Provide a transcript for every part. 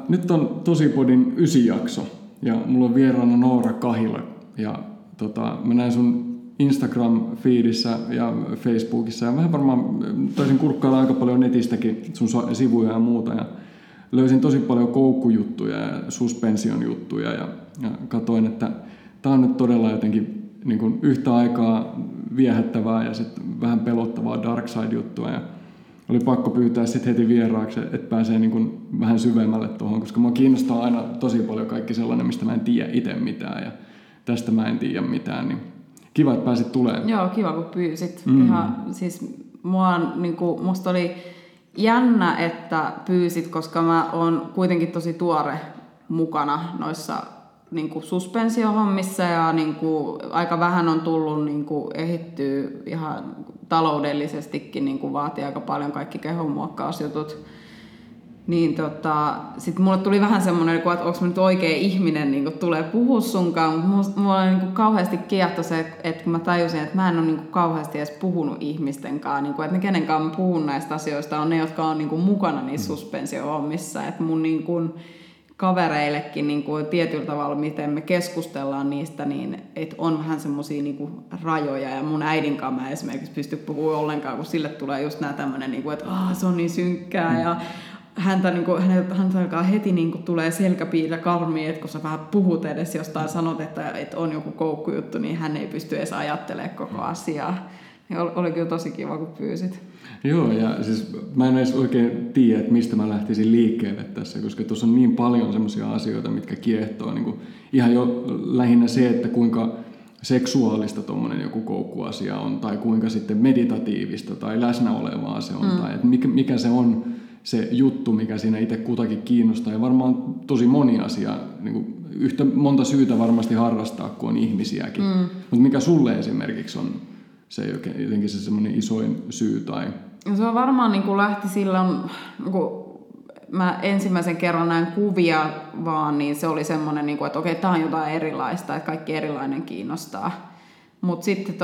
Nyt on Tosipodin 9 jakso ja mulla on vieraana Noora Kahila. Ja mä näin sun Instagram-feedissä ja Facebookissa ja vähän varmaan taisin kurkkailla aika paljon netistäkin sun sivuja ja muuta. Ja löysin tosi paljon koukkujuttuja ja suspension juttuja ja katsoin, että tää on nyt todella jotenkin niin kuin yhtä aikaa viehättävää ja sitten vähän pelottavaa dark side-juttua. Ja oli pakko pyytää sitten heti vieraaksi, että pääsee niin kuin vähän syvemmälle tuohon, koska mua kiinnostaa aina tosi paljon kaikki sellainen, mistä mä en tiedä itse mitään ja tästä mä en tiedä mitään. Niin kiva, että pääsit tulemaan. Joo, kiva kun pyysit. Ihan, siis musta oli jännä, että pyysit, koska mä oon kuitenkin tosi tuore mukana noissa niinku suspensiohommissa ja niinku aika vähän on tullut niinku ehittyä ihan taloudellisestikin, niinku vaatii aika paljon kaikki kehonmuokkausjutut. Niin sit mulle tuli vähän semmoinen, että onko mä nyt oikea ihminen niinku tulee puhua sunkaan, mutta mulla niinku kauheasti kiehtoi se, että kun mä tajusin, että mä en ole niinku kauheasti edes puhunut ihmisten kanssa, niinku, että ne kenenkaan mä puhun näistä asioista on ne, jotka on niinku mukana niissä suspensiohommissa, että mun niinku kavereillekin niin kuin tietyllä tavalla, miten me keskustellaan niistä, niin että on vähän semmoisia niin kuin rajoja. Ja mun äidin kanssa mä esimerkiksi pysty puhumaan ollenkaan, kun sille tulee just nämä tämmöinen, niin kuin, että se on niin synkkää. Ja häntä alkaa heti niin kuin tulee selkäpiillä karmiin, että kun sä vähän puhut edes jostain, sanot, että on joku koukkujuttu, niin hän ei pysty edes ajattelemaan koko asiaa. Ja oli kyllä tosi kiva, kun pyysit. Joo, ja siis mä en edes oikein tiedä, että mistä mä lähtisin liikkeelle tässä, koska tuossa on niin paljon semmoisia asioita, mitkä kiehtoo. Niin kuin ihan jo lähinnä se, että kuinka seksuaalista tuommoinen joku koukkuasia on, tai kuinka sitten meditatiivista tai läsnä olevaa se on, tai että mikä se on se juttu, mikä siinä itse kutakin kiinnostaa. Ja varmaan tosi moni asia, niin kuin yhtä monta syytä varmasti harrastaa, kun on ihmisiäkin. Mutta mikä sulle esimerkiksi on se jotenkin se semmoinen isoin syy tai... Se on varmaan niin kuin lähti silloin, kun mä ensimmäisen kerran näin kuvia vaan, niin se oli semmoinen, niin kuin, että okei, tää on jotain erilaista, että kaikki erilainen kiinnostaa. Mutta sitten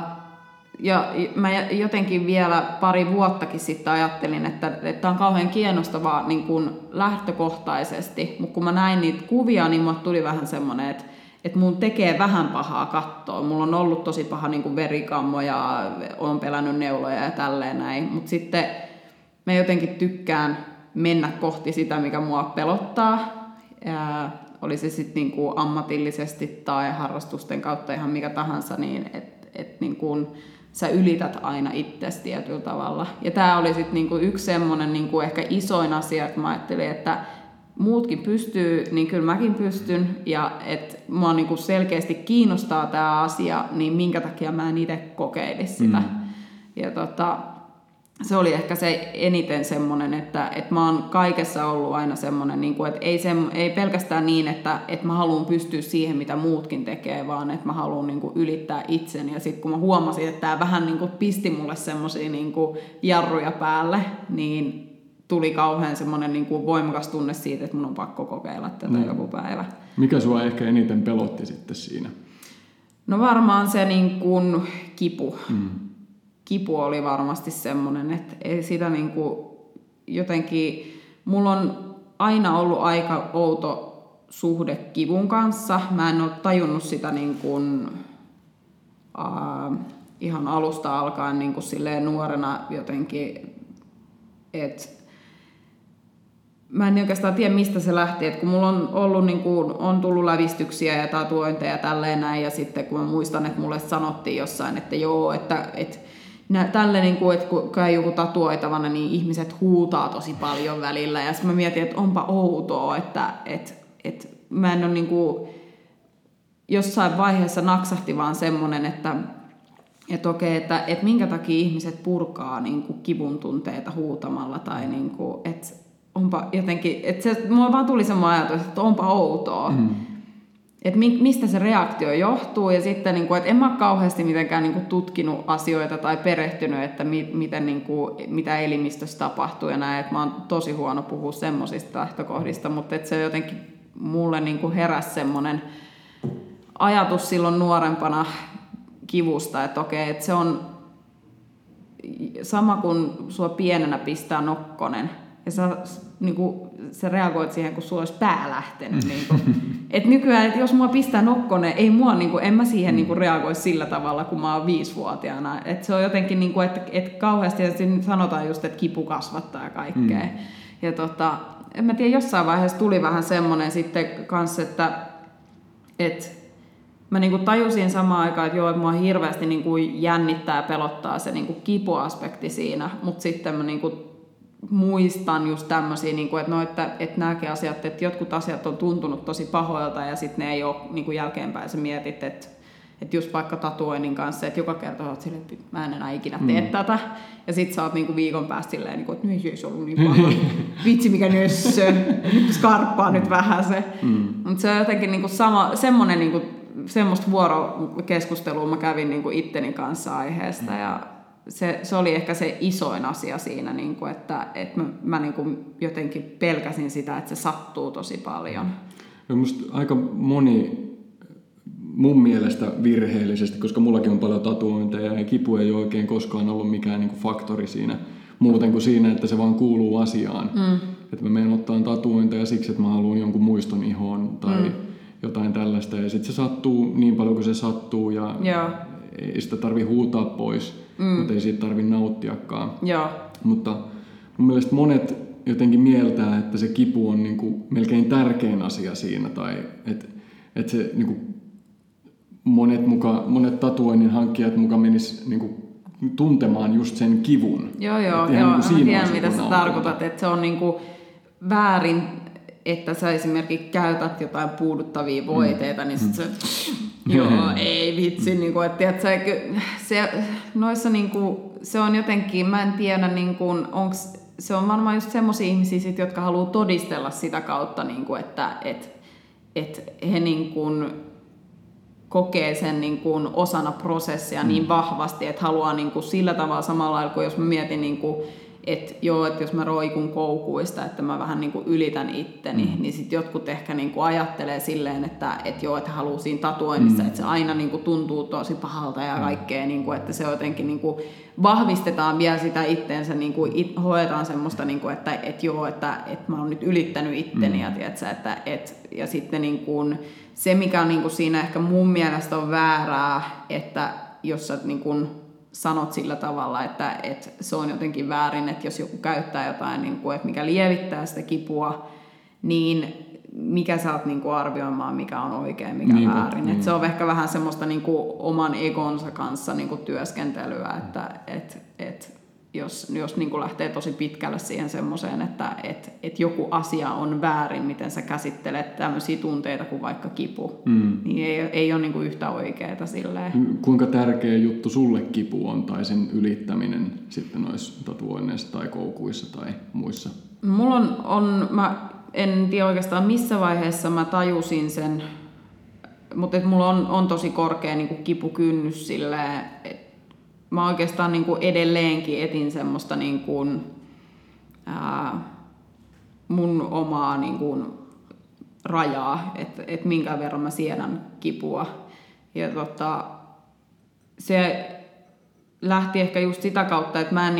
ja mä jotenkin vielä pari vuottakin sitten ajattelin, että tää on kauhean kiinnostavaa niin kuin lähtökohtaisesti, mutta kun mä näin niitä kuvia, niin mulle tuli vähän semmoinen, että mun tekee vähän pahaa katsoa. Mulla on ollut tosi paha niin kuin verikammo ja oon pelännyt neuloja ja tälleen näin. Mutta sitten mä jotenkin tykkään mennä kohti sitä, mikä mua pelottaa. Ja oli se sitten niin kuin ammatillisesti tai harrastusten kautta ihan mikä tahansa, niin että niin kuin sä ylität aina itsesi tietyllä tavalla. Ja tää oli sitten niin kuin yksi semmoinen niin kuin ehkä isoin asia, että mä ajattelin, että muutkin pystyy, niin kyllä mäkin pystyn, ja että mua niinku selkeästi kiinnostaa tämä asia, niin minkä takia mä en itse kokeilisi sitä. Ja se oli ehkä se eniten semmoinen, että mä oon kaikessa ollut aina semmoinen, niinku, että ei pelkästään niin, että mä haluan pystyä siihen, mitä muutkin tekee, vaan että mä haluan niinku ylittää itseni. Ja sitten kun mä huomasin, että tämä vähän niinku pisti mulle semmoisia niinku jarruja päälle, niin tuli kauhean semmoinen niin kuin voimakas tunne siitä, että mun on pakko kokeilla tätä joku päivä. Mikä sua ehkä eniten pelotti sitten siinä? No varmaan se niin kuin kipu. Kipu oli varmasti semmoinen, että ei sitä niin kuin jotenkin... Mulla on aina ollut aika outo suhde kivun kanssa. Mä en ole tajunnut sitä niin kuin, ihan alusta alkaen niin kuin silleen nuorena jotenkin, että mä en oikeastaan tiedä, mistä se lähti, että kun mulla on ollut niin kuin, on tullut lävistyksiä ja tatuointeja ja tälleen näin, ja sitten kun mä muistan, että mulle sanottiin jossain, että joo, että tälleen niin kuin, että kun käy joku tatuoitavana, niin ihmiset huutaa tosi paljon välillä, ja sitten mä mietin, että onpa outoa, että mä en ole niin kuin, jossain vaiheessa naksahti vaan semmoinen, että okei, että minkä takia ihmiset purkaa niin kuin kivun tunteita huutamalla, tai niin kuin, että onpa jotenkin, että se, mulla vaan tuli semmoinen ajatus, että onpa outoa. Että mistä se reaktio johtuu, ja sitten, niin kuin, että en mä ole kauheasti mitenkään niin kuin tutkinut asioita tai perehtynyt, että miten, niin kuin, mitä elimistössä tapahtuu ja näin, että mä oon tosi huono puhua semmoisista lähtökohdista, mutta että se jotenkin mulle niin kuin heräsi semmoinen ajatus silloin nuorempana kivusta, että okei, että se on sama kuin sua pienenä pistää nokkonen. Ja sä reagoit siihen, kun sulla olisi pää lähtenyt. Niin kuin. Et nykyään, että jos mua pistää nokkonen, ei mua, niin kuin, en mä siihen niin kuin reagoi sillä tavalla, kun mä oon 5-vuotiaana. Et se on jotenkin, niin kuin, että kauheasti sanotaan just, että kipu kasvattaa ja kaikkea. Ja en mä tiedä, jossain vaiheessa tuli vähän semmoinen sitten kanssa, että mä niinku tajusin samaan aikaan, että joo, että mua hirveästi niinku jännittää ja pelottaa se niinku kipuaspekti siinä, mutta sitten mä niinku muistan just tämmöisiä, niinku, että nämäkin asiat, että jotkut asiat on tuntunut tosi pahoilta ja sitten ne ei ole niinku jälkeenpäin sä mietit, että just vaikka tatuoinnin kanssa, että joka kerta olet silleen, että mä en enää ikinä tee tätä. Ja sit sä oot niinku viikon päästä silleen, että no ei se ollut niin paha. Vitsi mikä nössö. Nyt skarppaa nyt vähän se. Mutta se on jotenkin niinku semmoinen niinku, semmoista vuorokeskustelua mä kävin niinku itteni kanssa aiheesta. Ja se oli ehkä se isoin asia siinä, niinku, että mä niinku jotenkin pelkäsin sitä, että se sattuu tosi paljon. No musta aika moni mun mielestä virheellisesti, koska mullakin on paljon tatuointeja ja kipu ei ole oikein koskaan ollut mikään niinku faktori siinä, muuten kuin siinä, että se vaan kuuluu asiaan. Että mä menen ottaan tatuointeja siksi, että mä haluan jonkun muiston ihoon tai jotain tällaista. Ja sitten se sattuu niin paljon kuin se sattuu ja ei sitä tarvi huutaa pois, mutta ei siitä tarvi nauttiakaan. Mutta mun mielestä monet jotenkin mieltää, että se kipu on niinku melkein tärkein asia siinä tai että se niinku monet tatuoinnin hankkijat muka menis niinku tuntemaan just sen kivun. Joo, mä tiedän mitä sä tarkoitat, että se on niinku väärin, että sä esimerkiksi käytät jotain puuduttavia voiteita, niin sit ei vitsi, niinku, että tiedätkö, noissa niinku, se on jotenkin, mä en tiedä, niinku, se on varmaan just semmosia ihmisiä sit, jotka haluaa todistella sitä kautta, niinku, että he niinku kokee sen niin kuin osana prosessia niin vahvasti, että haluaa niin kuin sillä tavalla samalla lailla kuin jos mä mietin, niin kuin, että jos mä roikun koukuista, että mä vähän niin kuin ylitän itteni, niin sitten jotkut ehkä niin kuin ajattelee silleen, että haluaa siinä tatuoinnissa, että se aina niin kuin tuntuu tosi pahalta ja kaikkea, niin kuin, että se jotenkin niin kuin vahvistetaan vielä sitä itteensä, niin kuin hoetaan semmoista, niin kuin, että mä oon nyt ylittänyt itteni ja, tiedätkö, ja sitten niin kuin, se, mikä on niin kuin siinä ehkä mun mielestä on väärää, että jos sä niin kuin sanot sillä tavalla, että se on jotenkin väärin, että jos joku käyttää jotain, niin kuin, että mikä lievittää sitä kipua, niin mikä sä oot niin kuin arvioimaan, mikä on oikein, mikä niin, väärin. Että se on ehkä vähän semmoista niin kuin oman egonsa kanssa niin kuin työskentelyä, että jos niin kuin lähtee tosi pitkälle siihen semmoiseen, että joku asia on väärin, miten sä käsittelet tämmöisiä tunteita kuin vaikka kipu, niin ei ole niin kuin yhtä oikeaa silleen. Kuinka tärkeä juttu sulle kipu on tai sen ylittäminen sitten noissa tatuoinneissa tai koukuissa tai muissa? Mulla mä en tiedä oikeastaan missä vaiheessa mä tajusin sen, mutta mulla on tosi korkea niin kuin kipukynnys silleen, mä oikeastaan niin kuin edelleenkin etin semmoista niin kuin, mun omaa niin kuin rajaa, että minkä verran mä siedän kipua. Ja se lähti ehkä just sitä kautta, että mä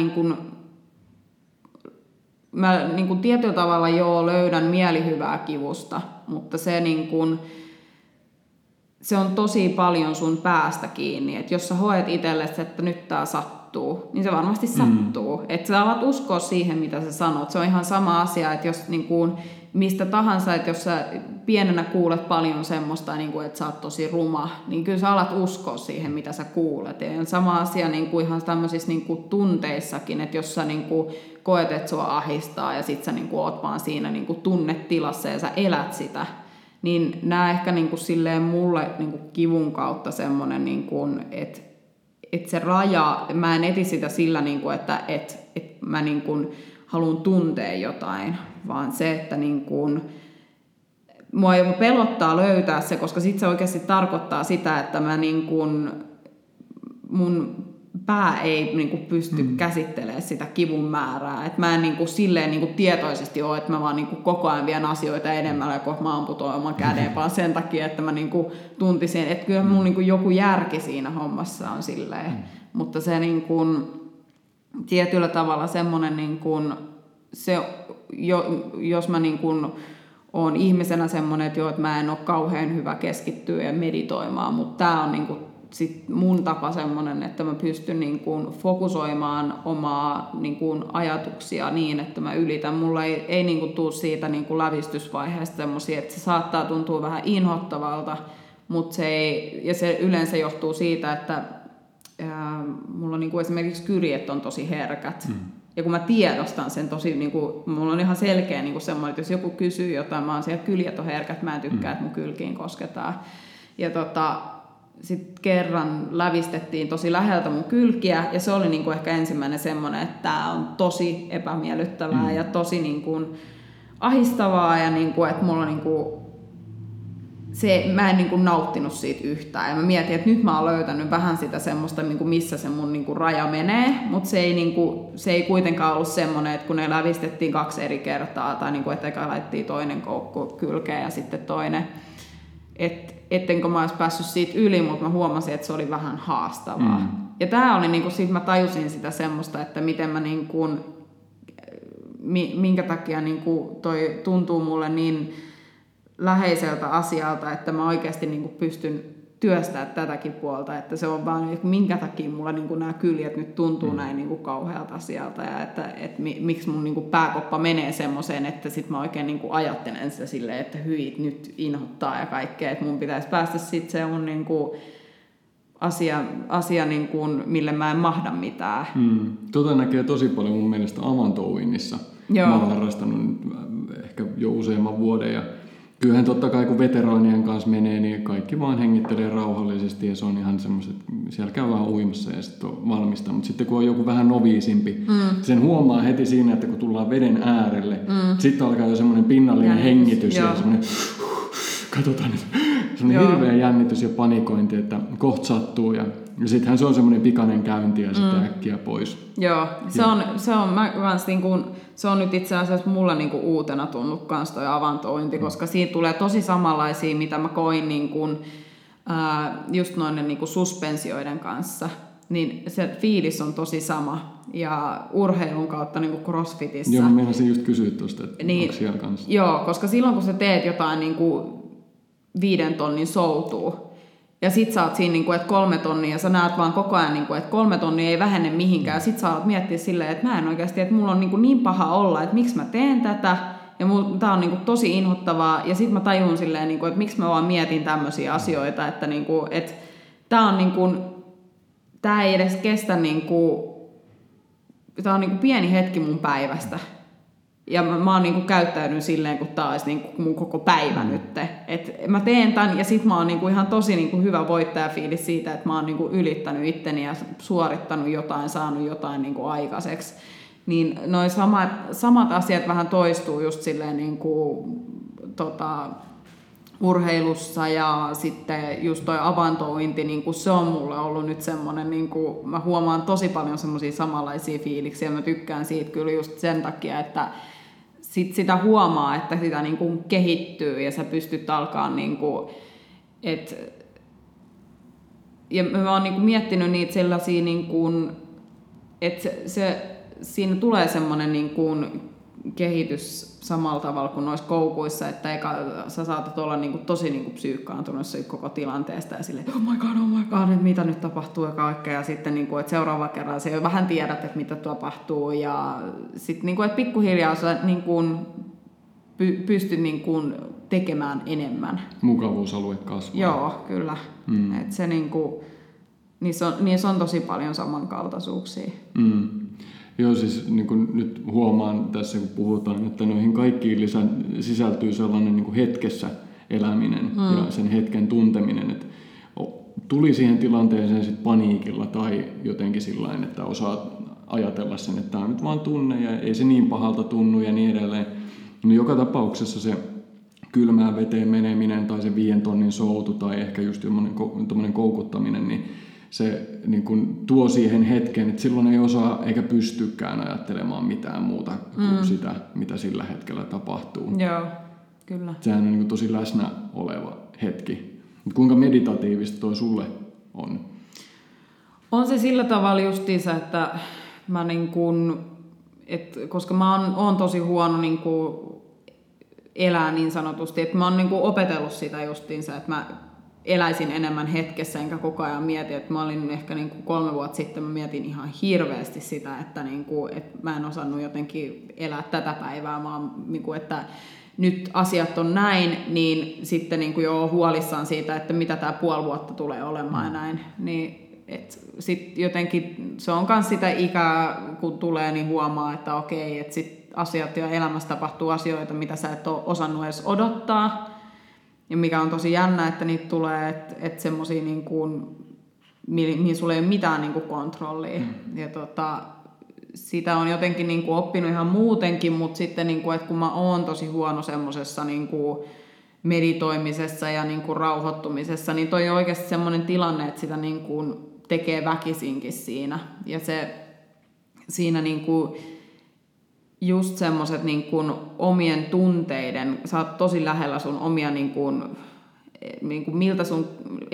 tietyllä tavalla löydän mielihyvää kivusta, mutta se niin kuin, se on tosi paljon sun päästä kiinni, että jos sä hoet itsellesi, että nyt tää sattuu, niin se varmasti sattuu. Että sä alat uskoa siihen, mitä sä sanot. Se on ihan sama asia, että jos niin kuin, mistä tahansa, että jos sä pienenä kuulet paljon semmoista, niin kuin, että sä oot tosi ruma, niin kyllä sä alat uskoa siihen, mitä sä kuulet. Ja sama asia niin kuin ihan tämmöisissä niin kuin tunteissakin, että jos sä niin kuin koet, että sua ahistaa ja sit sä niin kuin oot vaan siinä niin kuin tunnetilassa ja sä elät sitä, niin nämä ehkä niin kuin silleen mulle niin kuin kivun kautta semmoinen, niin kuin, että se raja, mä en eti sitä sillä, niin kuin, että mä niin kuin haluan tuntea jotain, vaan se, että niin kuin, mua jopa pelottaa löytää se, koska sitten se oikeasti tarkoittaa sitä, että mä niin kuin, mun pää ei niin kuin pysty käsittelemään sitä kivun määrää. Et mä en niin kuin silleen niin kuin tietoisesti ole, että mä vaan niin kuin koko ajan vien asioita edemmälle, kun mä amputoin oman käden, vaan sen takia, että mä niin kuin tuntisin, että kyllä mun niin kuin joku järki siinä hommassa on silleen. Mutta se niin kuin, tietyllä tavalla semmoinen, niin kuin, se jos mä niin kuin olen ihmisenä semmoinen, että mä en ole kauhean hyvä keskittyä ja meditoimaan, mutta tämä on niin kuin sit mun tapa semmoinen, että mä pystyn niin kuin fokusoimaan omaa niin kuin ajatuksia niin, että mä ylitän. Mulla ei niin kuin tule siitä niin kuin lävistysvaiheesta semmoisia, että se saattaa tuntua vähän inhottavalta, mutta se yleensä johtuu siitä, että mulla niin kuin esimerkiksi kyljet on tosi herkät. Ja kun mä tiedostan sen tosi, niin kuin, mulla on ihan selkeä niin kuin semmoinen, että jos joku kysyy jotain, mä oon siellä, kyljet on herkät, mä en tykkää, että mun kylkiin kosketaan. Ja sitten kerran lävistettiin tosi läheltä mun kylkiä, ja se oli niin kuin ehkä ensimmäinen semmoinen, että tää on tosi epämiellyttävää ja tosi niin kuin ahistavaa, ja niin kuin, että mulla niin kuin mä en niin kuin nauttinut siitä yhtään. Ja mä mietin, että nyt mä oon löytänyt vähän sitä semmoista, niin kuin missä se mun niin kuin raja menee, mutta se ei kuitenkaan ollut semmoinen, että kun ne lävistettiin 2 eri kertaa, tai niin kuin, että eka laitettiin toinen koukku kylkeen ja sitten toinen, ettenkö mä olisi päässyt siitä yli, mutta mä huomasin, että se oli vähän haastavaa. Ja tää oli, niin kuin, sit mä tajusin sitä semmoista, että miten mä niin kuin, minkä takia niin kuin toi tuntuu mulle niin läheiseltä asialta, että mä oikeasti niin kuin pystyn työstämään tätäkin puolta, että se on vaan, että minkä takia mulla niin kuin nämä kyljet nyt tuntuu näin niin kuin kauhealta asialta, ja että miksi mun niin kuin pääkoppa menee semmoiseen, että sit mä oikein niin kuin ajattelen sitä silleen, että hyi, nyt inhottaa ja kaikkea, että mun pitäisi päästä sitten se mun niin kuin asia niin kuin, mille mä en mahda mitään. Tota näkee tosi paljon mun mielestä avantouinnissa. Mä oon harrastanut ehkä jo useamman vuoden, ja kyllähän totta kai kun veteraanien kanssa menee, niin kaikki vaan hengittelee rauhallisesti, ja se on ihan semmoiset, siellä käy vähän uimassa ja sitten on valmista. Mutta sitten kun on joku vähän noviisimpi, sen huomaa heti siinä, että kun tullaan veden äärelle, sitten alkaa jo semmoinen pinnallinen hengitys ja semmoinen, katsotaan nyt, semmoinen hirveä jännitys ja panikointi, että kohta sattuu, ja sittenhän se on semmoinen pikainen käynti ja sitten äkkiä pois. Joo, se on nyt itse asiassa mulla niinku uutena tullut kans toi avantouinti, koska siitä tulee tosi samanlaisia, mitä mä koin niinku, just noiden niinku suspensioiden kanssa. Niin se fiilis on tosi sama. Ja urheilun kautta niinku crossfitissä. Joo, mä meinasin just kysyä tuosta, että onko siellä kanssa. Joo, koska silloin kun sä teet jotain niinku 5 tonnin soutua, ja sit sä oot siinä, niinku, että 3 tonnia, ja sä näet vaan koko ajan, niinku, että 3 tonnia ei vähene mihinkään. Ja sit sä oot miettiä silleen, että mä en oikeasti, että mulla on niin paha olla, että miksi mä teen tätä. Ja tää on niinku tosi inhottavaa. Ja sit mä tajun silleen, niinku, että miksi mä vaan mietin tämmöisiä asioita. Että niinku, et tää on niinku, tää ei edes kestä niinku, tää on niinku pieni hetki mun päivästä. Ja mä oon niinku käyttäydyn silleen, kun tää olisi niinku mun koko päivä nyt. Et mä teen tän, ja sit mä oon niinku ihan tosi niinku hyvä voittajafiilis siitä, että mä oon niinku ylittänyt itteni ja suorittanut jotain, saanut jotain niinku aikaiseksi. Niin noi samat asiat vähän toistuu just silleen niinku, urheilussa, ja sitten just toi avantouinti, niinku se on mulle ollut nyt semmonen, niinku, mä huomaan tosi paljon semmosia samanlaisia fiiliksiä, mä tykkään siitä kyllä just sen takia, että sitä huomaa, että sitä niinku kehittyy ja sä pystyt alkaa niinku, ja mä oon niinku miettinyt niitä sellaisia niinku, että siinä tulee semmoinen niinku kehitys samalla tavalla kuin noissa koukuissa, että sä saatat olla niinku tosi niinku psyykkaantunut koko tilanteesta ja silleen, oh my god, että mitä nyt tapahtuu ja kaikkea, ja sitten niinku, että seuraava kerran sä jo vähän tiedät, että mitä tapahtuu, ja sitten niinku, että pikkuhiljaa sä niinku pystyt niinku tekemään enemmän. Mukavuusalue kasvaa. Joo, kyllä. Et se niinku, niissä on tosi paljon samankaltaisuuksia. Joo, siis niin kuin nyt huomaan tässä, kun puhutaan, että noihin kaikkiin sisältyy sellainen niin kuin hetkessä eläminen ja sen hetken tunteminen, että tuli siihen tilanteeseen sit paniikilla tai jotenkin sillain, että osaa ajatella sen, että tämä on nyt vaan tunne ja ei se niin pahalta tunnu ja niin edelleen. No joka tapauksessa se kylmään veteen meneminen tai se 5 tonnin soutu tai ehkä just tommoinen koukuttaminen, niin se niin kun tuo siihen hetken, että silloin ei osaa eikä pystykään ajattelemaan mitään muuta kuin sitä, mitä sillä hetkellä tapahtuu. Joo, kyllä. Sehän on niin kun tosi läsnä oleva hetki. Mutta kuinka meditatiivista toi sulle on? On se sillä tavalla justiinsa, että mä niin kun koska mä oon tosi huono niin kuin elää niin sanotusti, että mä oon niin kuin opetellut sitä justiinsa, että mä eläisin enemmän hetkessä, enkä koko ajan mieti, että mä olin ehkä niin kuin 3 vuotta sitten, mä mietin ihan hirveästi sitä, että, niin kuin, että mä en osannut jotenkin elää tätä päivää, vaan niin kuin, että nyt asiat on näin, niin sitten niin kuin jo oon huolissaan siitä, että mitä tämä puoli vuotta tulee olemaan ja näin. Niin, sitten jotenkin se on myös sitä ikää, kun tulee, niin huomaa, että okei, että sit asiat ja elämässä tapahtuu asioita, mitä sä et ole osannut edes odottaa. Ja mikä on tosi jännä, että niitä tulee, että semmosia niin kuin, mihin sulla ei ole mitään niin kuin kontrollia. Ja sitä on jotenkin niin kuin oppinut ihan muutenkin, mutta sitten niin kuin, että kun mä oon tosi huono semmosessa niin kuin meditoimisessa ja niin kuin rauhoittumisessa, niin toi on oikeasti semmoinen tilanne, että sitä niin kuin tekee väkisinkin siinä. Ja se siinä niin kuin just semmoiset niin kuin omien tunteiden, sä oot tosi lähellä sun omia niin kuin miltä sun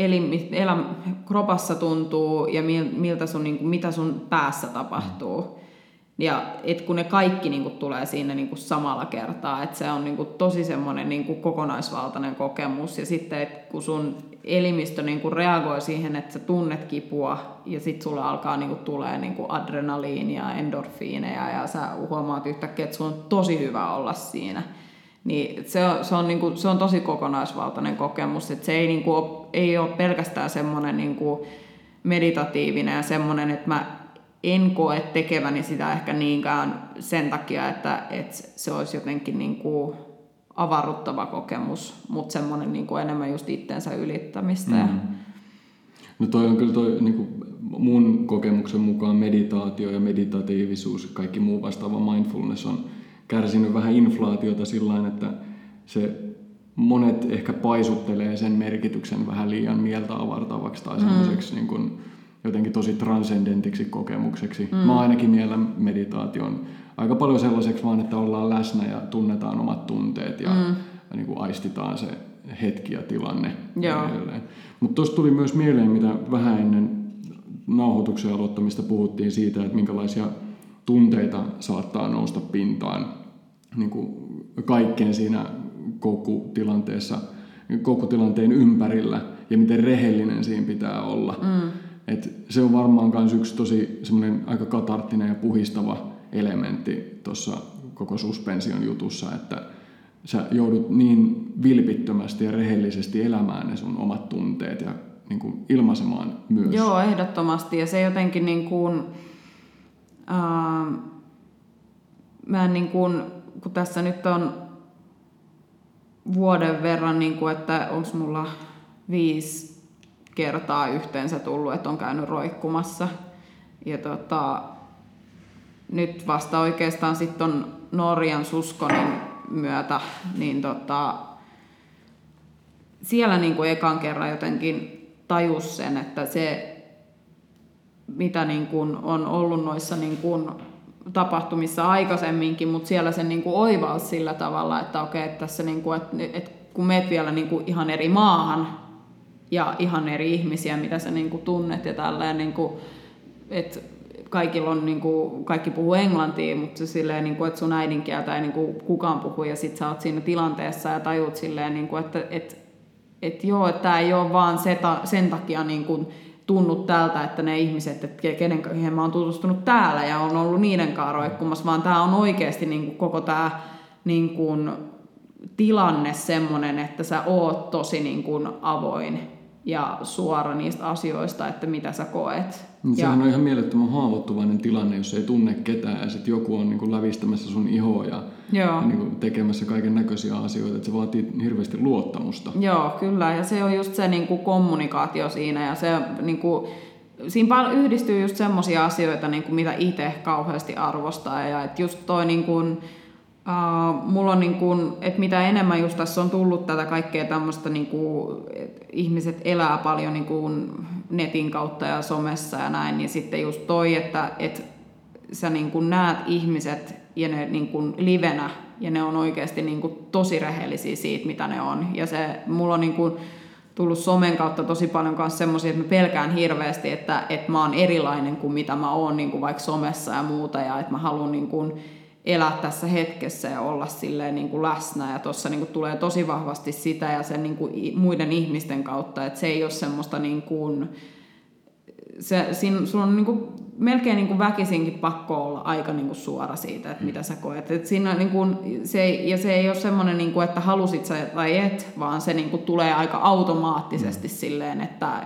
kropassa tuntuu ja miltä sun, niin kuin, mitä sun päässä tapahtuu. Ja et kun ne kaikki niin kuin tulee siinä niin kuin samalla kertaa, että se on niin kuin tosi semmoinen niin kuin kokonaisvaltainen kokemus. Ja sitten et kun sun elimistö niin kuin reagoi siihen, että sä tunnet kipua ja sitten sulla alkaa niin kuin tulee niin kuin adrenaliinia, endorfiineja ja sä huomaat yhtäkkiä, että sun on tosi hyvä olla siinä. Niin se on tosi kokonaisvaltainen kokemus, että se ei ole pelkästään semmoinen niin kuin meditatiivinen ja semmoinen, että mä en koe tekeväni sitä ehkä niinkään sen takia, että se olisi jotenkin niin kuin avaruttava kokemus, mutta semmoinen niin kuin enemmän just itsensä ylittämistä. No toi on kyllä niin kuin mun kokemuksen mukaan meditaatio ja meditatiivisuus, kaikki muu vastaava mindfulness on kärsinyt vähän inflaatiota sillain, että se monet ehkä paisuttelee sen merkityksen vähän liian mieltä avartavaksi tai semmoiseksi niin kuin jotenkin tosi transcendentiksi kokemukseksi. Mä ainakin miellän meditaation aika paljon sellaiseksi vaan, että ollaan läsnä ja tunnetaan omat tunteet ja niin kuin aistitaan se hetki ja tilanne. Mutta tuossa tuli myös mieleen, mitä vähän ennen nauhoituksen aloittamista puhuttiin siitä, että minkälaisia tunteita saattaa nousta pintaan niin kuin kaikkeen siinä koukkutilanteen ympärillä ja miten rehellinen siinä pitää olla. Et se on varmaan myös yksi tosi semmoinen aika katarttinen ja puhistava elementti tuossa koko suspension jutussa, että sä joudut niin vilpittömästi ja rehellisesti elämään ne sun omat tunteet ja niin kuin ilmaisemaan myös. Joo, ehdottomasti. Ja se jotenkin niin kuin, mä en niin kuin, kun tässä nyt on vuoden verran, niin kuin, että onko mulla 5 kertaa yhteensä tullut, että on käynyt roikkumassa. Ja nyt vasta oikeastaan sitten on Norjan Suskonin myötä, niin siellä niin kuin ekan kerran jotenkin tajus sen, että se, mitä niin kuin on ollut noissa niin kuin tapahtumissa aikaisemminkin, mutta siellä se niin kuin oivalsi sillä tavalla, että okei, että tässä niin kuin, että kun meet vielä niin kuin ihan eri maahan ja ihan eri ihmisiä, mitä sä niin kuin tunnet ja tälleen, niin kuin, että kaikilla on, niin kuin, kaikki puhuu englantia, mutta se silleen, niin kuin, että sun äidinkieltä ei niin kuin kukaan puhu ja sit sä oot siinä tilanteessa ja tajut silleen, niin kuin, että joo, että tää ei ole vaan sen takia niin kuin tunnut tältä, että ne ihmiset, että kenen mä oon tutustunut täällä ja on ollut niiden kanssa roikkumassa, vaan tää on oikeasti niin kuin koko tää niin kuin tilanne semmoinen, että sä oot tosi niin kuin avoin ja suora niistä asioista, että mitä sä koet. Sehän on ihan mielettömän haavoittuvainen tilanne, jos ei tunne ketään ja sitten joku on niin kuin lävistämässä sun ihoa ja niin kuin tekemässä kaiken näköisiä asioita, että se vaatii hirveästi luottamusta. Joo, kyllä, ja se on just se niin kuin kommunikaatio siinä ja se niin kuin, siinä yhdistyy just semmoisia asioita, niin kuin mitä itse kauheasti arvostaa ja että just toi niin kuin, mulla on niin kuin, että mitä enemmän just tässä on tullut tätä kaikkea tämmöistä, niin kuin, että ihmiset elää paljon niin kuin netin kautta ja somessa ja näin, niin sitten just toi, että sä niin kuin näet ihmiset ja ne niin kuin livenä ja ne on oikeasti niin kuin tosi rehellisiä siitä, mitä ne on. Ja se, mulla on niin kuin tullut somen kautta tosi paljon myös semmoisia, että mä pelkään hirveästi, että mä oon erilainen kuin mitä mä oon niin kuin vaikka somessa ja muuta, ja että mä haluan niin kuin elää tässä hetkessä ja olla silleen niin kuin läsnä, ja tuossa niin kuin tulee tosi vahvasti sitä ja sen niin kuin muiden ihmisten kautta, että se ei ole semmoista niin kuin, sulla on niin kuin melkein niin kuin väkisinkin pakko olla aika niin kuin suora siitä, että mitä sä koet. Et siinä niin kuin, se ei ole semmoinen, niin kuin, että halusit sä tai et, vaan se niin kuin tulee aika automaattisesti silleen, että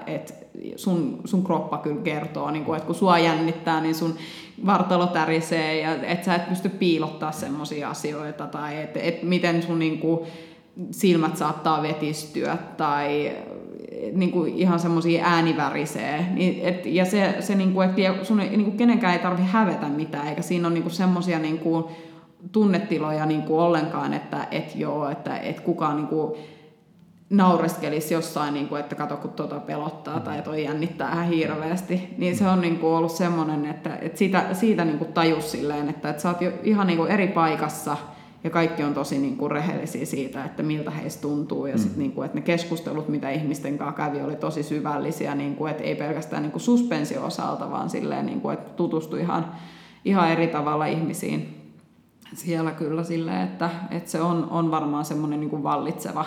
sun kroppa kyllä kertoo, niin kuin, että kun sua jännittää, niin sun vartalo tärisee ja että sä et pysty piilottaa semmoisia asioita tai että miten sun niin kuin silmät saattaa vetistyä tai niin kuin ihan semmoisia äänivärisee. Ja se niin kuin, että sun niin kuin kenenkään ei tarvitse hävetä mitään, eikä siinä ole niin kuin semmoisia niin kuin tunnetiloja niin kuin ollenkaan, että kukaan niin kuin naureskelisi jossain, niin kuin, että kato kun pelottaa tai toi jännittää ihan hirveästi. Niin se on niin kuin ollut semmoinen, että siitä niin kuin tajus silleen, että sä oot jo ihan niin kuin eri paikassa ja kaikki on tosi niin kuin rehellisiä siitä, että miltä heistä tuntuu. Ja sit, niin kuin, että ne keskustelut, mitä ihmisten kanssa kävi, oli tosi syvällisiä, niin kuin, että ei pelkästään niin kuin suspensio-osalta, vaan silleen, niin kuin, että tutustui ihan eri tavalla ihmisiin siellä kyllä silleen, että se on varmaan semmoinen niin kuin vallitseva,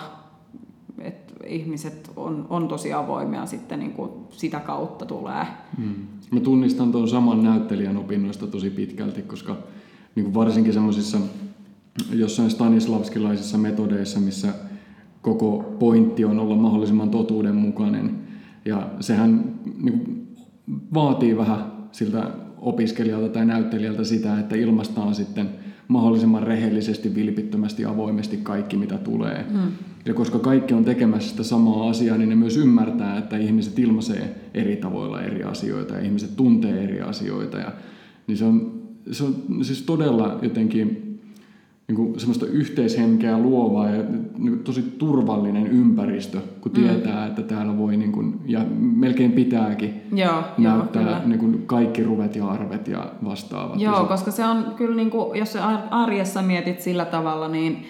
että ihmiset on tosi avoimia sitten niin kuin sitä kautta tulee. Mä tunnistan tuon saman näyttelijän opinnoista tosi pitkälti, koska niin kuin varsinkin semmoisissa jossain stanislavskilaisissa metodeissa, missä koko pointti on olla mahdollisimman totuudenmukainen. Ja sehän niin vaatii vähän siltä opiskelijalta tai näyttelijältä sitä, että ilmaistaan sitten mahdollisimman rehellisesti, vilpittömästi, avoimesti kaikki, mitä tulee. Ja koska kaikki on tekemässä sitä samaa asiaa, niin ne myös ymmärtää, että ihmiset ilmaisee eri tavoilla eri asioita ja ihmiset tuntee eri asioita. Ja, niin se on siis todella jotenkin niin kuin semmoista yhteishenkeä luovaa ja niin kuin tosi turvallinen ympäristö, kun tietää, että täällä voi niin kuin, ja melkein pitääkin näyttää niin kuin kaikki ruvet ja arvet ja vastaavat. Joo, koska se on kyllä, niin kuin, jos sä arjessa mietit sillä tavalla, niin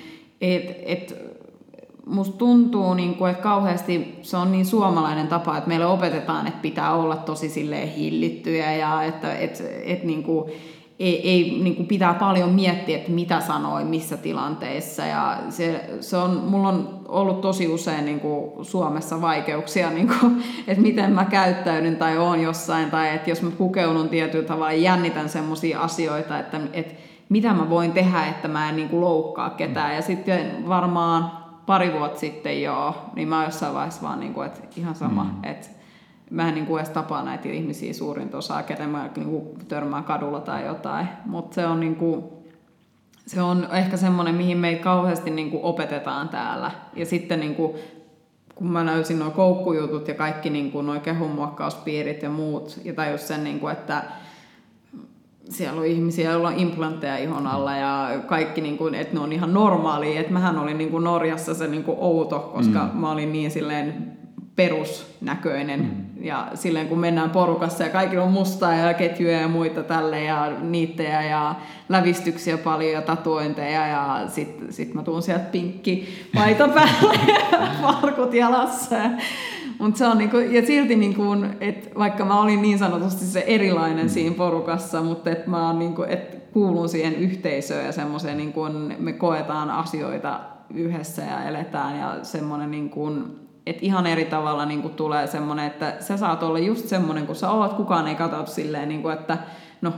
musta tuntuu, niin kuin, että kauheasti se on niin suomalainen tapa, että meille opetetaan, että pitää olla tosi silleen hillittyjä ja että niin kuin, ei niin kuin pitää paljon miettiä, että mitä sanoi, missä tilanteissa. Ja mulla on ollut tosi usein niin kuin Suomessa vaikeuksia, niin kuin, että miten mä käyttäydyn tai oon jossain, tai että jos mä pukeudun tietyllä tavalla ja jännitän semmoisia asioita, että mitä mä voin tehdä, että mä en niin kuin loukkaa ketään. Ja sitten varmaan pari vuotta sitten niin mä oon jossain vaiheessa vaan, niin kuin, että ihan sama, että mä en niin kuin edes tapaa näitä ihmisiä suurinta osaa, keten mä niin kuin törmään kadulla tai jotain. Mutta se on, niin kuin, se on ehkä semmoinen, mihin meitä kauheasti niin kuin opetetaan täällä. Ja sitten niin kuin, kun mä löysin nuo koukkujutut ja kaikki niin kuin nuo kehunmuokkauspiirit ja muut, ja tajus sen, niin kuin, että siellä on ihmisiä, joilla on implantteja ihon alla ja kaikki, niin kuin, että ne on ihan normaalia. Että mähän olin niin kuin Norjassa se niin kuin outo, koska mä olin niin silleen perusnäköinen ja silleen kun mennään porukassa ja kaikilla on mustaa ja ketjuja ja muita tälle ja niittejä ja lävistyksiä paljon ja tatuointeja ja sit mä tuun sieltä pinkki paita päälle ja farkut jalassa. Mut se on niinku, ja silti niinku, että vaikka mä olin niin sanotusti se erilainen siinä porukassa, mutta että mä oon niinku, että kuulun siihen yhteisöön ja semmoiseen niinku, me koetaan asioita yhdessä ja eletään ja semmoinen niinku, että ihan eri tavalla niin kuin tulee semmoinen, että sä saat olla just semmoinen, kun sä oot, kukaan ei katso silleen, niin kuin, että no,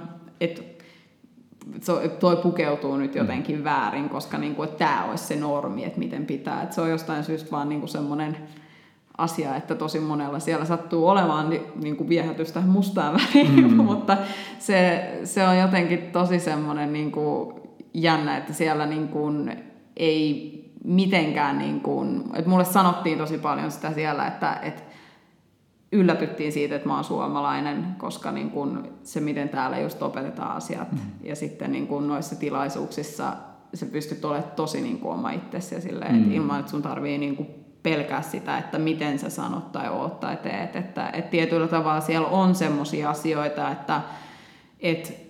toi pukeutuu nyt jotenkin väärin, koska niin kuin, että tää olisi se normi, että miten pitää. Että se on jostain syystä vaan niin kuin semmoinen asia, että tosi monella siellä sattuu olemaan niin kuin viehätystä mustaan väriin, mutta se on jotenkin tosi semmoinen niin kuin jännä, että siellä niin kuin ei mitenkään, niin kuin, että mulle sanottiin tosi paljon sitä siellä, että yllätyttiin siitä, että mä oon suomalainen, koska niin kuin se, miten täällä just opetetaan asiat, ja sitten niin kuin noissa tilaisuuksissa sä pystyt olemaan tosi niin kuin oma itsesi, ja silleen, että ilman, että sun tarvii niin kuin pelkää sitä, että miten sä sanot tai oot tai teet, että tietyllä tavalla siellä on semmoisia asioita, että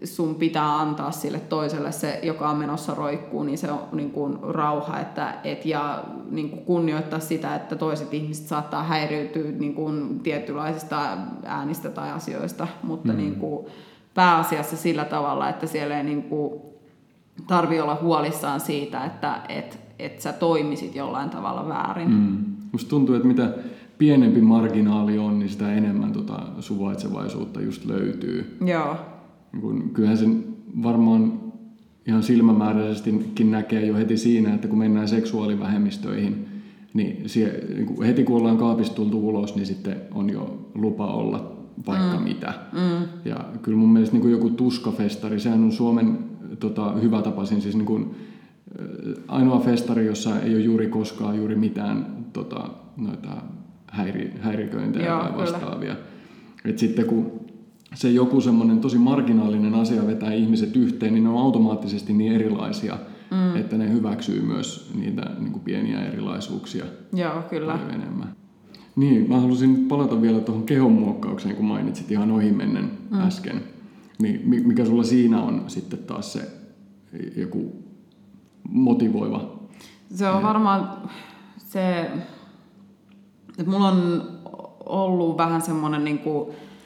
sun pitää antaa sille toiselle se, joka on menossa roikkuu, niin se on niin kuin rauha ja niin kuin kunnioittaa sitä, että toiset ihmiset saattaa häiriytyä niin kuin tietynlaisista äänistä tai asioista, mutta niin kuin pääasiassa sillä tavalla, että siellä ei niin kuin tarvitse olla huolissaan siitä, että sä toimisit jollain tavalla väärin. Musta tuntuu, että mitä pienempi marginaali on, niin sitä enemmän suvaitsevaisuutta just löytyy. Joo. Kyllähän sen varmaan ihan silmämääräisestikin näkee jo heti siinä, että kun mennään seksuaalivähemmistöihin, niin heti kun ollaan kaapista tultu ulos, niin sitten on jo lupa olla vaikka mitä. Ja kyllä mun mielestä niin kuin joku tuskafestari, sehän on Suomen hyvä tapasin, siis niin kuin ainoa festari, jossa ei ole juuri koskaan juuri mitään noita häiriköintejä tai vastaavia. Et sitten kun se joku semmoinen tosi marginaalinen asia vetää ihmiset yhteen, niin ne on automaattisesti niin erilaisia, että ne hyväksyy myös niitä niin kuin pieniä erilaisuuksia. Joo, kyllä. Paljon enemmän. Niin, mä halusin nyt palata vielä tuohon kehonmuokkaukseen, kun mainitsit ihan ohimennen äsken. Niin mikä sulla siinä on sitten taas se joku motivoiva? Se on varmaan se, että mulla on ollut vähän semmoinen niinku,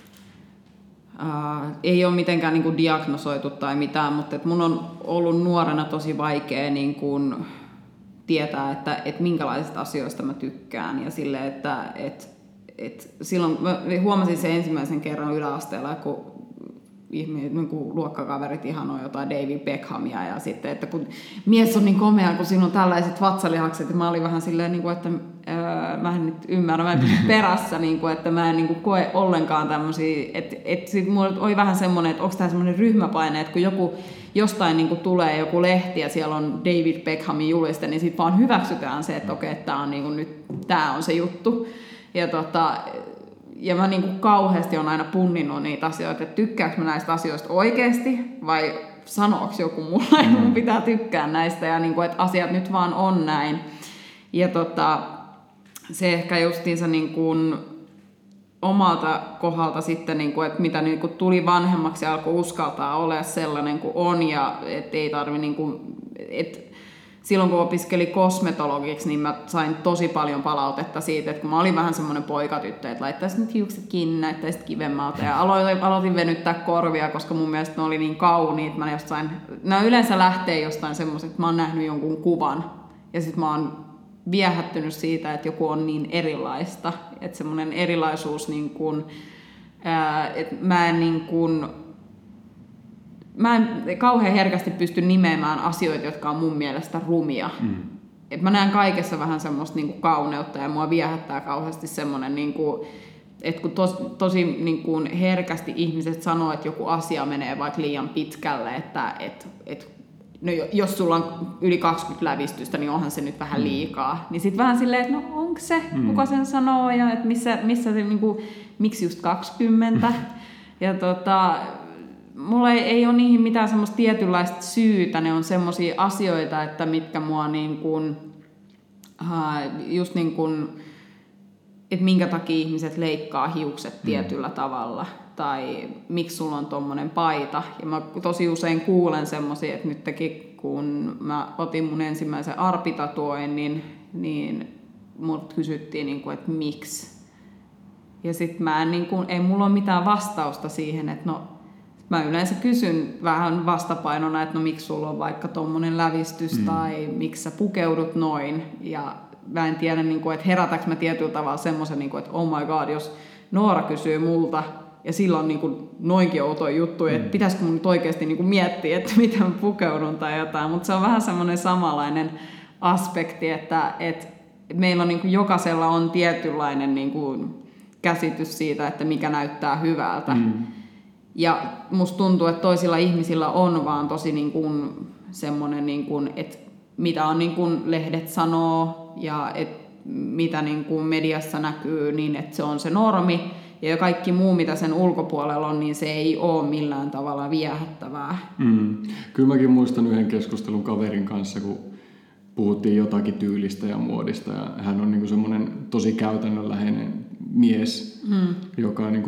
ei ole mitenkään niinku diagnosoitu tai mitään, mutta että mun on ollut nuorena tosi vaikea niinku tietää, että minkälaisista asioista mä tykkään. Ja silleen, että silloin mä huomasin sen ensimmäisen kerran yläasteella, kun niin kuin luokkakaverit ihanoi jotain David Beckhamia ja sitten, että kun mies on niin komea, kun siinä on tällaiset vatsalihakset, ja mä olin vähän silleen, niin kuin, että mä en nyt ymmärrä, mä en pysy perässä, niin kuin, että mä en niin kuin koe ollenkaan tämmöisiä, että sitten mulla oli vähän semmoinen, että onko tämä semmoinen ryhmäpaine, että kun joku jostain niin kuin tulee joku lehti ja siellä on David Beckhamin juliste, niin sitten vaan hyväksytään se, että okei, tämä on niin kuin nyt, tämä on se juttu. Ja mä niin kuin kauheasti on aina punninnut niitä asioita, että tykkääkö mä näistä asioista oikeasti vai sanooks joku mulle, että mun pitää tykkää näistä ja niin kuin, että asiat nyt vaan on näin. Ja se ehkä justiinsa niin kuin omalta kohdalta sitten, niin kuin, että mitä niin kuin tuli vanhemmaksi ja alkoi uskaltaa olla sellainen kuin on ja että ei tarvi niin kuin, silloin kun opiskelin kosmetologiksi, niin mä sain tosi paljon palautetta siitä, että kun mä olin vähän semmoinen poikatyttö, että laittaisit nyt hiukset kiinni, näyttäisit kivemmalta. Ja aloitin venyttää korvia, koska mun mielestä ne oli niin kauniit. Nämä yleensä lähtee jostain semmoiset, että mä oon nähnyt jonkun kuvan. Ja sit mä oon viehättynyt siitä, että joku on niin erilaista. Että semmoinen erilaisuus, niin kun, että mä en kauhean herkästi pysty nimeämään asioita, jotka on mun mielestä rumia. Et mä näen kaikessa vähän semmoista niinku kauneutta ja mua viehättää kauheasti semmoinen, niinku, että kun tosi niinku herkästi ihmiset sanoo, että joku asia menee vaikka liian pitkälle, että no jos sulla on yli 20 lävistystä, niin onhan se nyt vähän liikaa. Niin sit vähän silleen, että no onko se, kuka sen sanoo ja että missä se, niinku, miksi just 20? Ja mulla ei ole niihin mitään semmoista tietynlaista syytä, ne on semmoisia asioita, että mitkä mua niin kuin, just niin kuin, että minkä takia ihmiset leikkaa hiukset tietyllä tavalla, tai miksi sulla on tommonen paita. Ja mä tosi usein kuulen semmoisia, että nytkin kun mä otin mun ensimmäisen arpitatuoinnin, niin mut kysyttiin, niin kuin, että miksi. Ja sit mä en, niin kuin, ei mulla ole mitään vastausta siihen, että no, mä yleensä kysyn vähän vastapainona, että no miksi sulla on vaikka tommonen lävistys tai miksi sä pukeudut noin. Ja mä en tiedä, että herätäks mä tietyllä tavalla semmoisen, että oh my god, jos Noora kysyy multa ja silloin noinkin outo juttu, että pitäisikö mun nyt oikeasti miettiä, että miten mä pukeudun tai jotain. Mutta se on vähän semmoinen samanlainen aspekti, että meillä on jokaisella on tietynlainen käsitys siitä, että mikä näyttää hyvältä. Ja musta tuntuu, että toisilla ihmisillä on vaan tosi semmoinen, että mitä on lehdet sanoo ja mitä mediassa näkyy, niin että se on se normi. Ja kaikki muu, mitä sen ulkopuolella on, niin se ei ole millään tavalla viehättävää. Kyllä mäkin muistan yhden keskustelun kaverin kanssa, kun puhuttiin jotakin tyylistä ja muodista. Ja hän on semmoinen tosi käytännönläheinen mies, joka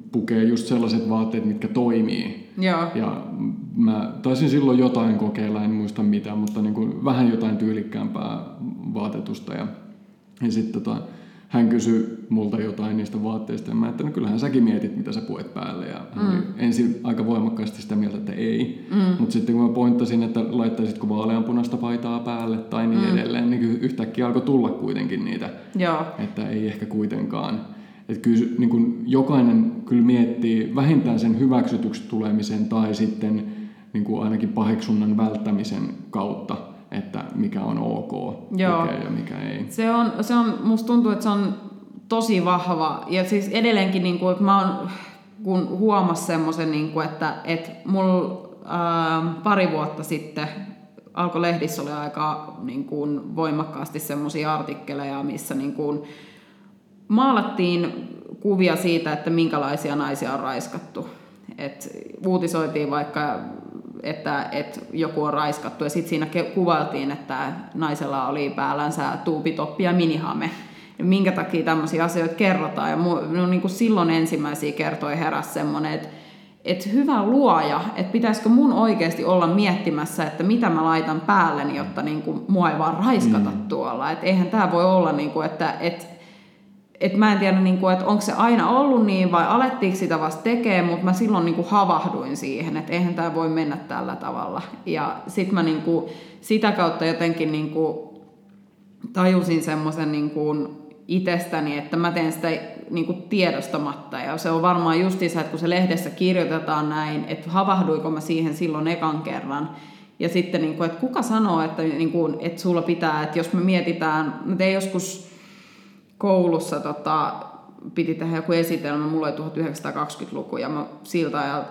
pukee just sellaiset vaatteet, mitkä toimii. Joo. Ja mä taisin silloin jotain kokeilla, en muista mitä, mutta niin kuin vähän jotain tyylikkäämpää vaatetusta. Ja sitten hän kysyi multa jotain niistä vaatteista, ja mä että no kyllähän säkin mietit, mitä sä puet päälle. Ja hän oli ensin aika voimakkaasti sitä mieltä, että ei. Mutta sitten kun mä pointtasin, että laittaisitko vaaleanpunaista paitaa päälle tai niin edelleen, niin yhtäkkiä alkoi tulla kuitenkin niitä, Joo. että ei ehkä kuitenkaan. Että kyllä niin kun jokainen kyllä miettii vähintään sen hyväksytyksi tulemisen tai sitten niin kuin ainakin paheksunnan välttämisen kautta, että mikä on ok kokea ja mikä ei. Se on, musta tuntuu, että se on tosi vahva. Ja siis edelleenkin, niin kuin, että mä oon, kun huomasin semmoisen, niin kuin, että mulla pari vuotta sitten Alko-lehdissä oli aika niin kuin, voimakkaasti semmoisia artikkeleja, missä niin kuin, maalattiin kuvia siitä, että minkälaisia naisia on raiskattu. Et uutisoitiin vaikka, että joku on raiskattu, ja sitten siinä kuvailtiin, että naisella oli päällänsä tuupitoppi ja minihame. Ja minkä takia tämmöisiä asioita kerrotaan. Ja niin kuin silloin ensimmäisiä kertoja heräsi semmoinen, että hyvä luoja, että pitäisikö mun oikeasti olla miettimässä, että mitä mä laitan päälleni, jotta niin kuin mua ei vaan raiskata tuolla. Että eihän tämä voi olla, niin kuin, että mä en tiedä, että onko se aina ollut niin vai alettiinko sitä vasta tekemään, mutta mä silloin havahduin siihen, että eihän tämä voi mennä tällä tavalla. Ja sitten mä sitä kautta jotenkin tajusin semmoisen itsestäni, että mä teen sitä tiedostamatta. Ja se on varmaan justiinsa, että kun se lehdessä kirjoitetaan näin, että havahduiko mä siihen silloin ekan kerran. Ja sitten, että kuka sanoo, että sulla pitää, että jos me mietitään, mä tein joskus koulussa piti tehdä joku esitelmä, mulla oli 1920-luku ja mä siltä ajalta,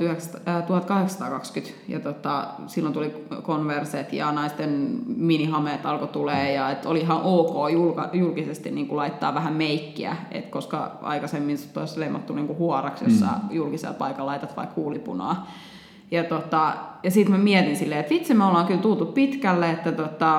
1820 ja silloin tuli konverset ja naisten minihameet alkoi tulee ja et oli ihan ok julkisesti laittaa vähän meikkiä, et koska aikaisemmin sut olisi leimattu huoraksi, jos sä julkisella paikalla laitat vaikka huulipunaa. Ja sitten mä mietin silleen, että vitsi, me ollaan kyllä tultu pitkälle, että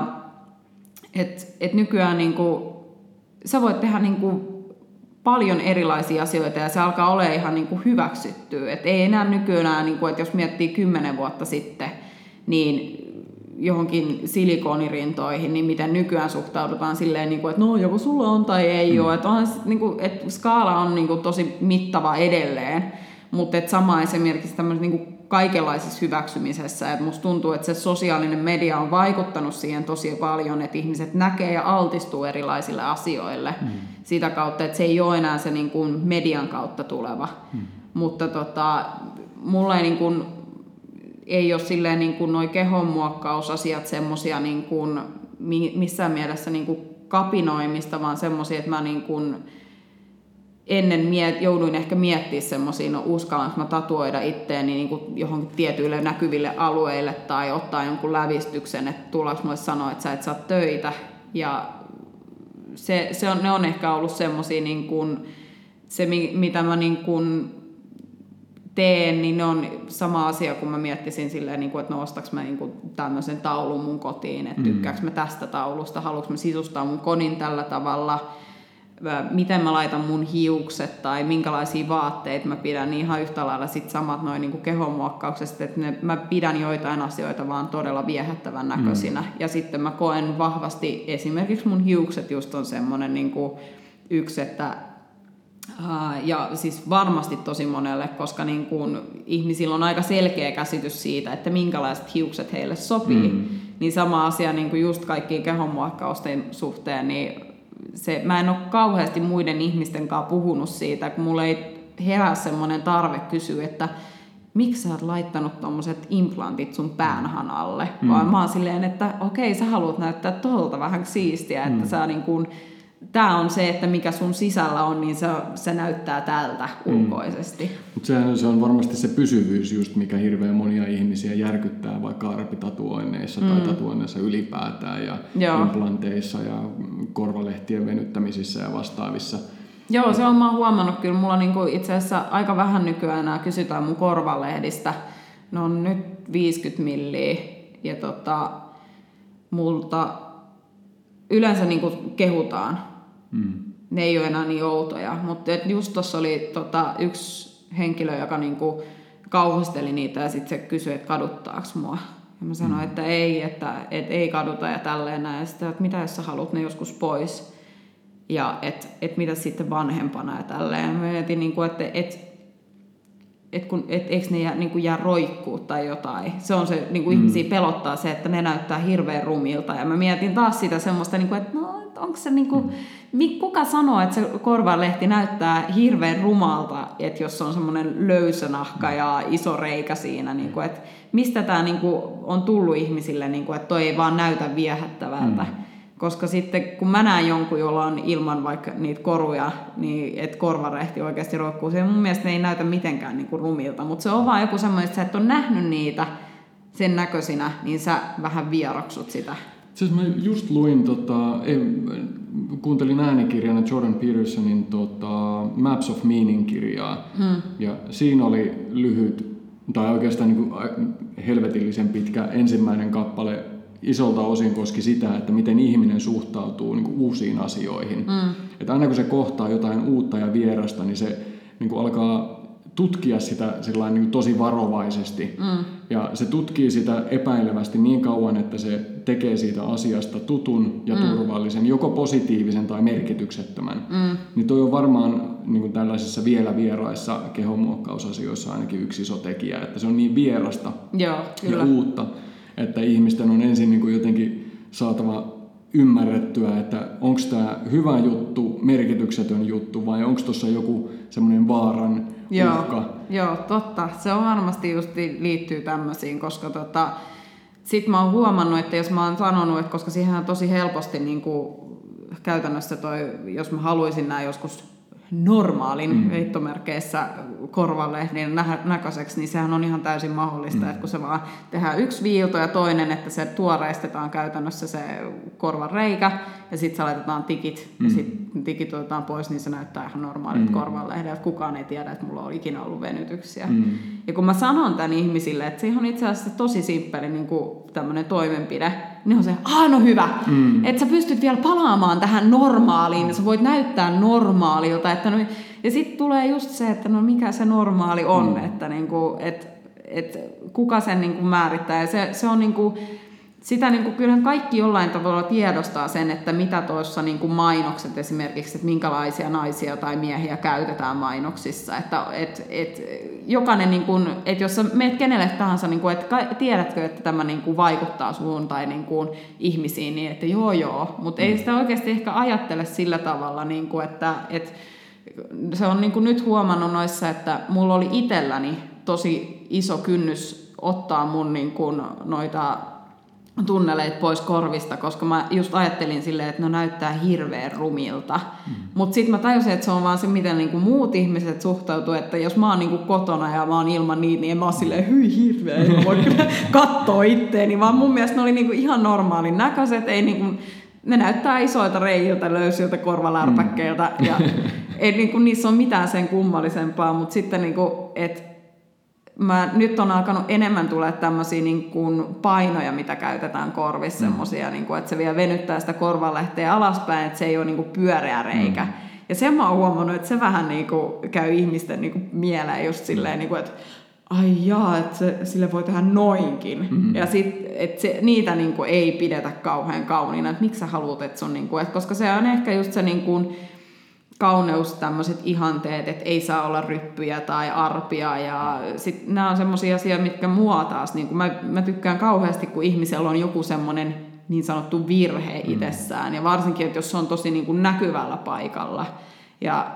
et nykyään sä voit tehdä paljon erilaisia asioita ja se alkaa olla ihan hyväksyttyä. Et ei enää nykyään, että jos miettii 10 vuotta sitten, niin johonkin silikonirintoihin, niin miten nykyään suhtaudutaan silleen, että no joko sulla on tai ei ole. Että skaala on tosi mittava edelleen, mutta sama esimerkiksi tämmöisessä kaikenlaisessa hyväksymisessä. Et musta tuntuu, että se sosiaalinen media on vaikuttanut siihen tosi paljon, että ihmiset näkee ja altistuu erilaisille asioille sitä kautta, että se ei ole enää se median kautta tuleva. Mutta mulla ei ole silleen noi kehonmuokkausasiat semmosia missään mielessä kapinoimista, vaan semmosia, että mä ennen jouduin ehkä miettimään semmosia, no uskallanko mä tatuoida itteeni johonkin tietyille näkyville alueille tai ottaa jonkun lävistyksen, että tullaanko mulle sanoa, että sä et saa töitä. Ja ne on ehkä ollut semmosia, se mitä mä teen, niin ne on sama asia, kun mä miettisin silleen, että no ostaks mä tämmöisen taulun mun kotiin, että tykkääks mä tästä taulusta, haluanko mä sisustaa mun kodin tällä tavalla, miten mä laitan mun hiukset tai minkälaisia vaatteita mä pidän, niin ihan yhtä lailla sit samat noin kehonmuokkauksesta, että mä pidän joitain asioita vaan todella viehättävän näköisinä. Ja sitten mä koen vahvasti, esimerkiksi mun hiukset just on semmoinen yksi, että ja siis varmasti tosi monelle, koska ihmisillä on aika selkeä käsitys siitä, että minkälaiset hiukset heille sopii. Niin sama asia just kaikkiin kehonmuokkausten suhteen, niin mä en ole kauheasti muiden ihmisten kanssa puhunut siitä, kun mulla ei herää semmoinen tarve kysyä, että miksi sä oot laittanut tommoset implantit sun päänhanalle, vaan mä oon silleen, että okei, sä haluat näyttää tolta vähän siistiä, että sä tää on se, että mikä sun sisällä on, niin se näyttää tältä ulkoisesti. Mutta se on varmasti se pysyvyys just, mikä hirveän monia ihmisiä järkyttää vaikka arpitatuoinneissa tai tatuoinneissa ylipäätään ja implanteissa ja korvalehtien venyttämisissä ja vastaavissa. Joo, se on mä huomannut kyllä. Mulla itse asiassa aika vähän nykyään enää kysytään mun korvalehdistä. Ne on nyt 50 milliä ja multa yleensä kehutaan. ne ei ole enää niin outoja. Mutta just tuossa oli yksi henkilö, joka niinku kauhisteli niitä ja sitten se kysyi, että kaduttaako mua. Ja mä sanoin, että ei, että ei kaduta ja tälleen näin. Ja sitten, että mitä jos sä haluat ne joskus pois. Ja että mitä sitten vanhempana ja tälleen. Mä mietin, niinku, että eikö ne jää roikkuu tai jotain. Se on se, niinku ihmisiä pelottaa se, että ne näyttää hirveän rumilta. Ja mä mietin taas sitä semmoista, niinku, että no, onko se niinku, kuka sanoo, että se korvalehti näyttää hirveän rumalta, että jos on semmoinen löysänahka ja iso reikä siinä, niinku, että mistä tämä niinku on tullut ihmisille, niinku, että toi ei vaan näytä viehättävältä. Koska sitten kun mä näen jonkun, jolla on ilman vaikka niitä koruja, niin että korvarehti oikeasti roikkuu, se mun mielestä ne ei näytä mitenkään niinku rumilta, mutta se on vaan joku semmoinen, että sä et ole nähnyt niitä sen näköisinä, niin sä vähän vieraksut sitä. Siis mä just luin, kuuntelin äänikirjana Jordan Petersonin Maps of Meaning-kirjaa, ja siinä oli lyhyt, tai oikeastaan niin kuin helvetillisen pitkä ensimmäinen kappale, isolta osin koski sitä, että miten ihminen suhtautuu niin kuin uusiin asioihin. Että aina kun se kohtaa jotain uutta ja vierasta, niin se niin kuin alkaa tutkia sitä sillain, niin kuin tosi varovaisesti. Ja se tutkii sitä epäilevästi niin kauan, että se tekee siitä asiasta tutun ja turvallisen, joko positiivisen tai merkityksettömän. Niin toi on varmaan niin kuin tällaisissa vielä vieraissa kehonmuokkausasioissa ainakin yksi iso tekijä, että se on niin vierasta ja uutta, että ihmisten on ensin niin kuin jotenkin saatava ymmärrettyä, että onko tämä hyvä juttu, merkityksetön juttu vai onko tuossa joku semmoinen vaaran uhka. Joo, totta. Se on varmasti just liittyy tämmöisiin, koska sit mä oon huomannut, että jos mä oon sanonut, että koska siihen on tosi helposti niin kuin käytännössä jos mä haluaisin nää joskus normaalin heittomerkeissä korvalehden näköiseksi, niin sehän on ihan täysin mahdollista, että kun se vaan tehdään yksi viilto ja toinen, että se tuoreistetaan käytännössä se korvan reikä ja sitten se laitetaan tikit ja sitten tikit otetaan pois, niin se näyttää ihan normaalilta korvanlehdeltä. Kukaan ei tiedä, että mulla on ikinä ollut venytyksiä. Ja kun mä sanon tämän ihmisille, että se on itse asiassa tosi simppeli niin kuin tämmöinen toimenpide, niin on se, no hyvä, että sä pystyt vielä palaamaan tähän normaaliin, sä voit näyttää normaalilta, että no, ja sitten tulee just se, että no mikä se normaali on, että niinku, kuka sen niinku määrittää, ja se on niinku, sitä niinku, kyllähän kaikki jollain tavalla tiedostaa sen, että mitä tuossa niinku mainokset esimerkiksi, että minkälaisia naisia tai miehiä käytetään mainoksissa, että jokainen, niinku, että jos sä meet kenelle tahansa, niinku, että tiedätkö, että tämä niinku vaikuttaa suun tai niinku ihmisiin, niin että joo, mutta ei sitä oikeasti ehkä ajattele sillä tavalla, niinku, että se on niin kuin nyt huomannut noissa, että mulla oli itselläni tosi iso kynnys ottaa mun niin kuin noita tunneleita pois korvista, koska mä just ajattelin silleen, että ne näyttää hirveän rumilta. Mutta sitten mä tajusin, että se on vaan se, miten niin kuin muut ihmiset suhtautuu, että jos mä oon niin kuin kotona ja mä oon ilman niitä, niin en mä oon silleen, hyi hirveä, en voi katsoa itteeni, vaan mun mielestä ne oli niin kuin ihan normaalin näköiset, ei niin kuin, ne näyttää isoilta reijiltä, löysiltä korvalärpäkkeiltä ja ei niinku niissä ole mitään sen kummallisempaa, mutta sitten niinku, että mä nyt on alkanut enemmän tulee tämmöisiä niinku painoja, mitä käytetään korvissa, semmosia, niinku, että se vielä venyttää sitä korvanlehteä alaspäin, että se ei ole niinku pyöreä reikä. Ja sen mä oon huomannut, että se vähän niinku käy ihmisten niinku mieleen just silleen, niinku, että ai jaa, että sille voi tehdä noinkin. Ja sitten, että niitä niinku ei pidetä kauhean kauniina, että miksi sä haluat, että se on niinku, että koska se on ehkä just se niinku kauneus, tämmöiset ihanteet, että ei saa olla ryppyjä tai arpia ja sitten nämä on semmoisia asioita, mitkä mua taas, niinku mä tykkään kauheasti, kun ihmisellä on joku semmoinen niin sanottu virhe itsessään ja varsinkin, että jos se on tosi niinku näkyvällä paikalla ja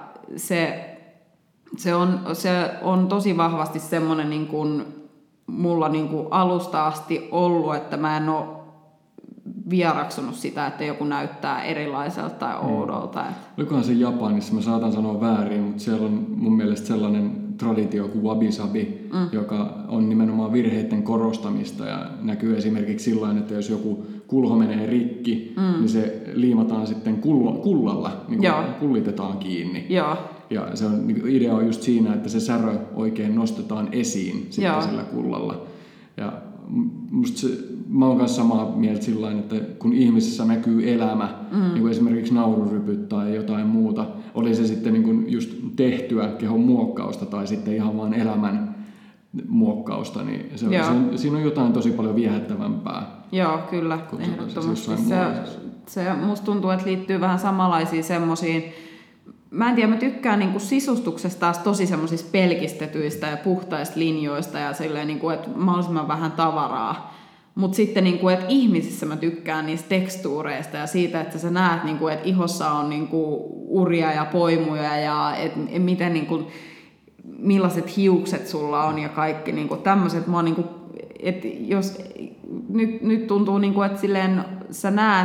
se on tosi vahvasti semmoinen niin kuin mulla niin kuin alusta asti ollut, että mä en ole vieraksunut sitä, että joku näyttää erilaiselta tai oudolta. Olikohan se Japanissa, mä saatan sanoa väärin, mutta siellä on mun mielestä sellainen traditio kuin wabi-sabi, joka on nimenomaan virheiden korostamista ja näkyy esimerkiksi sillain, että jos joku kulho menee rikki, niin se liimataan sitten kullalla, niin kuin kullitetaan kiinni. Joo. Ja se on, idea on just siinä, että se särö oikein nostetaan esiin sitten sillä kullalla. Ja mä oon kanssa samaa mieltä sillain, että kun ihmisessä näkyy elämä, niin kuin esimerkiksi naururypyt tai jotain muuta, oli se sitten niin kuin just tehtyä kehon muokkausta tai sitten ihan vaan elämän muokkausta, niin siinä on jotain tosi paljon viehättävämpää. Joo, kyllä, ehdottomasti. Se musta tuntuu, että liittyy vähän samanlaisiin semmosiin. Mä en tiedä, mä tykkään niinku sisustuksesta taas tosi semmosista pelkistetyistä ja puhtaista linjoista ja silleen, niinku, että mahdollisimman vähän tavaraa. Mutta sitten, niinku, että ihmisissä mä tykkään niistä tekstuureista ja siitä, että sä näet, niinku, että ihossa on niinku, uria ja poimuja ja miten, niinku, millaiset hiukset sulla on ja kaikki niinku, tämmöiset. Niinku, että jos nyt tuntuu, niinku, että silleen, sä näet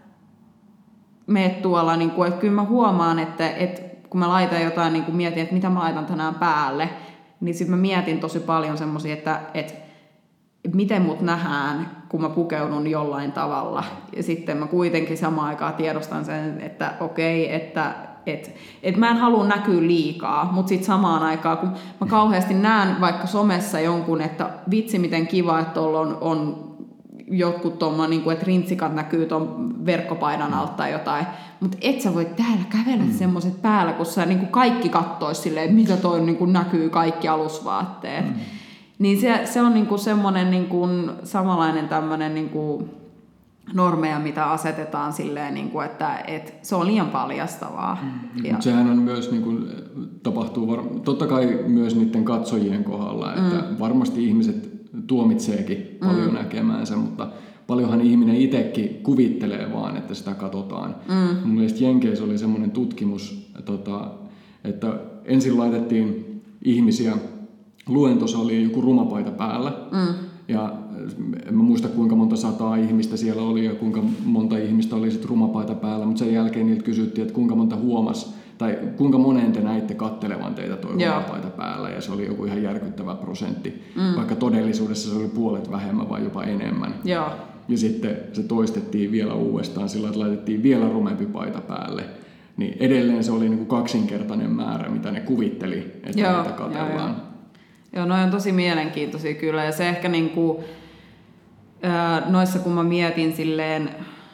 meet tuolla, niin kuin, että kyllä mä huomaan, että kun mä laitan jotain, niin kuin mietin, että mitä mä laitan tänään päälle, niin sitten mä mietin tosi paljon semmoisia, että miten mut nähdään, kun mä pukeudun jollain tavalla. Ja sitten mä kuitenkin samaan aikaan tiedostan sen, että okei, että mä en halua näkyä liikaa, mutta sitten samaan aikaan, kun mä kauheasti näen vaikka somessa jonkun, että vitsi miten kiva, että tuolla on jotkut tuommoinen, niin että rintsikat näkyy tuon verkkopaidan alta tai jotain, mutta et sä voi täällä kävellä semmoiset päällä, kun sä niin kuin kaikki kattois silleen, että mitä toi niin kuin näkyy kaikki alusvaatteet. Niin se on niin kuin semmoinen niin kuin samanlainen tämmöinen niin kuin normeja, mitä asetetaan silleen, niin kuin, että se on liian paljastavaa. Mutta sehän on myös, niin kuin, tapahtuu totta kai myös niiden katsojien kohdalla, että varmasti ihmiset tuomitseekin paljon näkemäänsä, mutta paljonhan ihminen itsekin kuvittelee vaan, että sitä katsotaan. Mun mielestä Jenkeissä oli semmoinen tutkimus, että ensin laitettiin ihmisiä luentosaliin joku rumapaita päällä, ja en mä muista kuinka monta 100 ihmistä siellä oli ja kuinka monta ihmistä oli sit rumapaita päällä, mutta sen jälkeen niiltä kysyttiin, että kuinka monta huomasi, tai kuinka moneen te näitte kattelevan teitä tuo rumapaita päällä, ja se oli joku ihan järkyttävä prosentti, vaikka todellisuudessa se oli puolet vähemmän vai jopa enemmän. Joo. Ja sitten se toistettiin vielä uudestaan sillä, että laitettiin vielä rumempi paita päälle, niin edelleen se oli niin kuin 2-kertainen määrä, mitä ne kuvitteli, että niitä katsellaan. Joo, noi on tosi mielenkiintoisia kyllä, ja se ehkä niinku, noissa kun mä mietin silleen,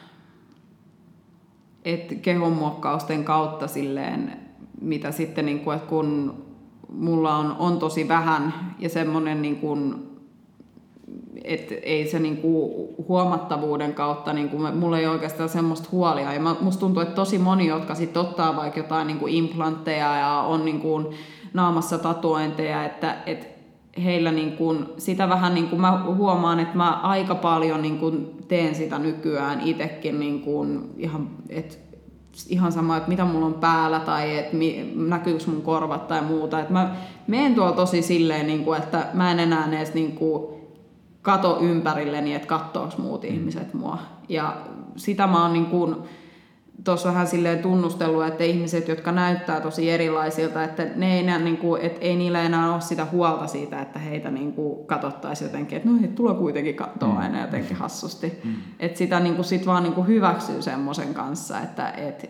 että kehonmuokkausten kautta silleen, mitä sitten niinku, että kun mulla on tosi vähän ja semmoinen niinku, että ei se niinku huomattavuuden kautta, niinku, mulla ei oikeastaan semmoista huolia. Ja musta tuntuu, että tosi moni, jotka sit ottaa vaikka jotain niinku implantteja ja on niinku naamassa tatuointeja, että heillä niinku, sitä vähän niinku mä huomaan, että mä aika paljon niinku teen sitä nykyään itsekin niinku ihan sama, että mitä mulla on päällä tai että näkyykö mun korvat tai muuta. Et mä menen tuolla tosi silleen, niinku, että mä en enää edes niinku kato ympärilleni, että kattooks muut ihmiset mua. Ja sitä mä oon niinku tuossa vähän silleen tunnustellut, että ihmiset, jotka näyttää tosi erilaisilta, että ne ei enää, niinku, että ei niillä enää ole sitä huolta siitä, että heitä niinku katsottaisiin jotenkin, että no he tulee kuitenkin katsoa aina jotenkin hassusti. Että sitä niinku sit vaan niinku hyväksyy semmoisen kanssa, että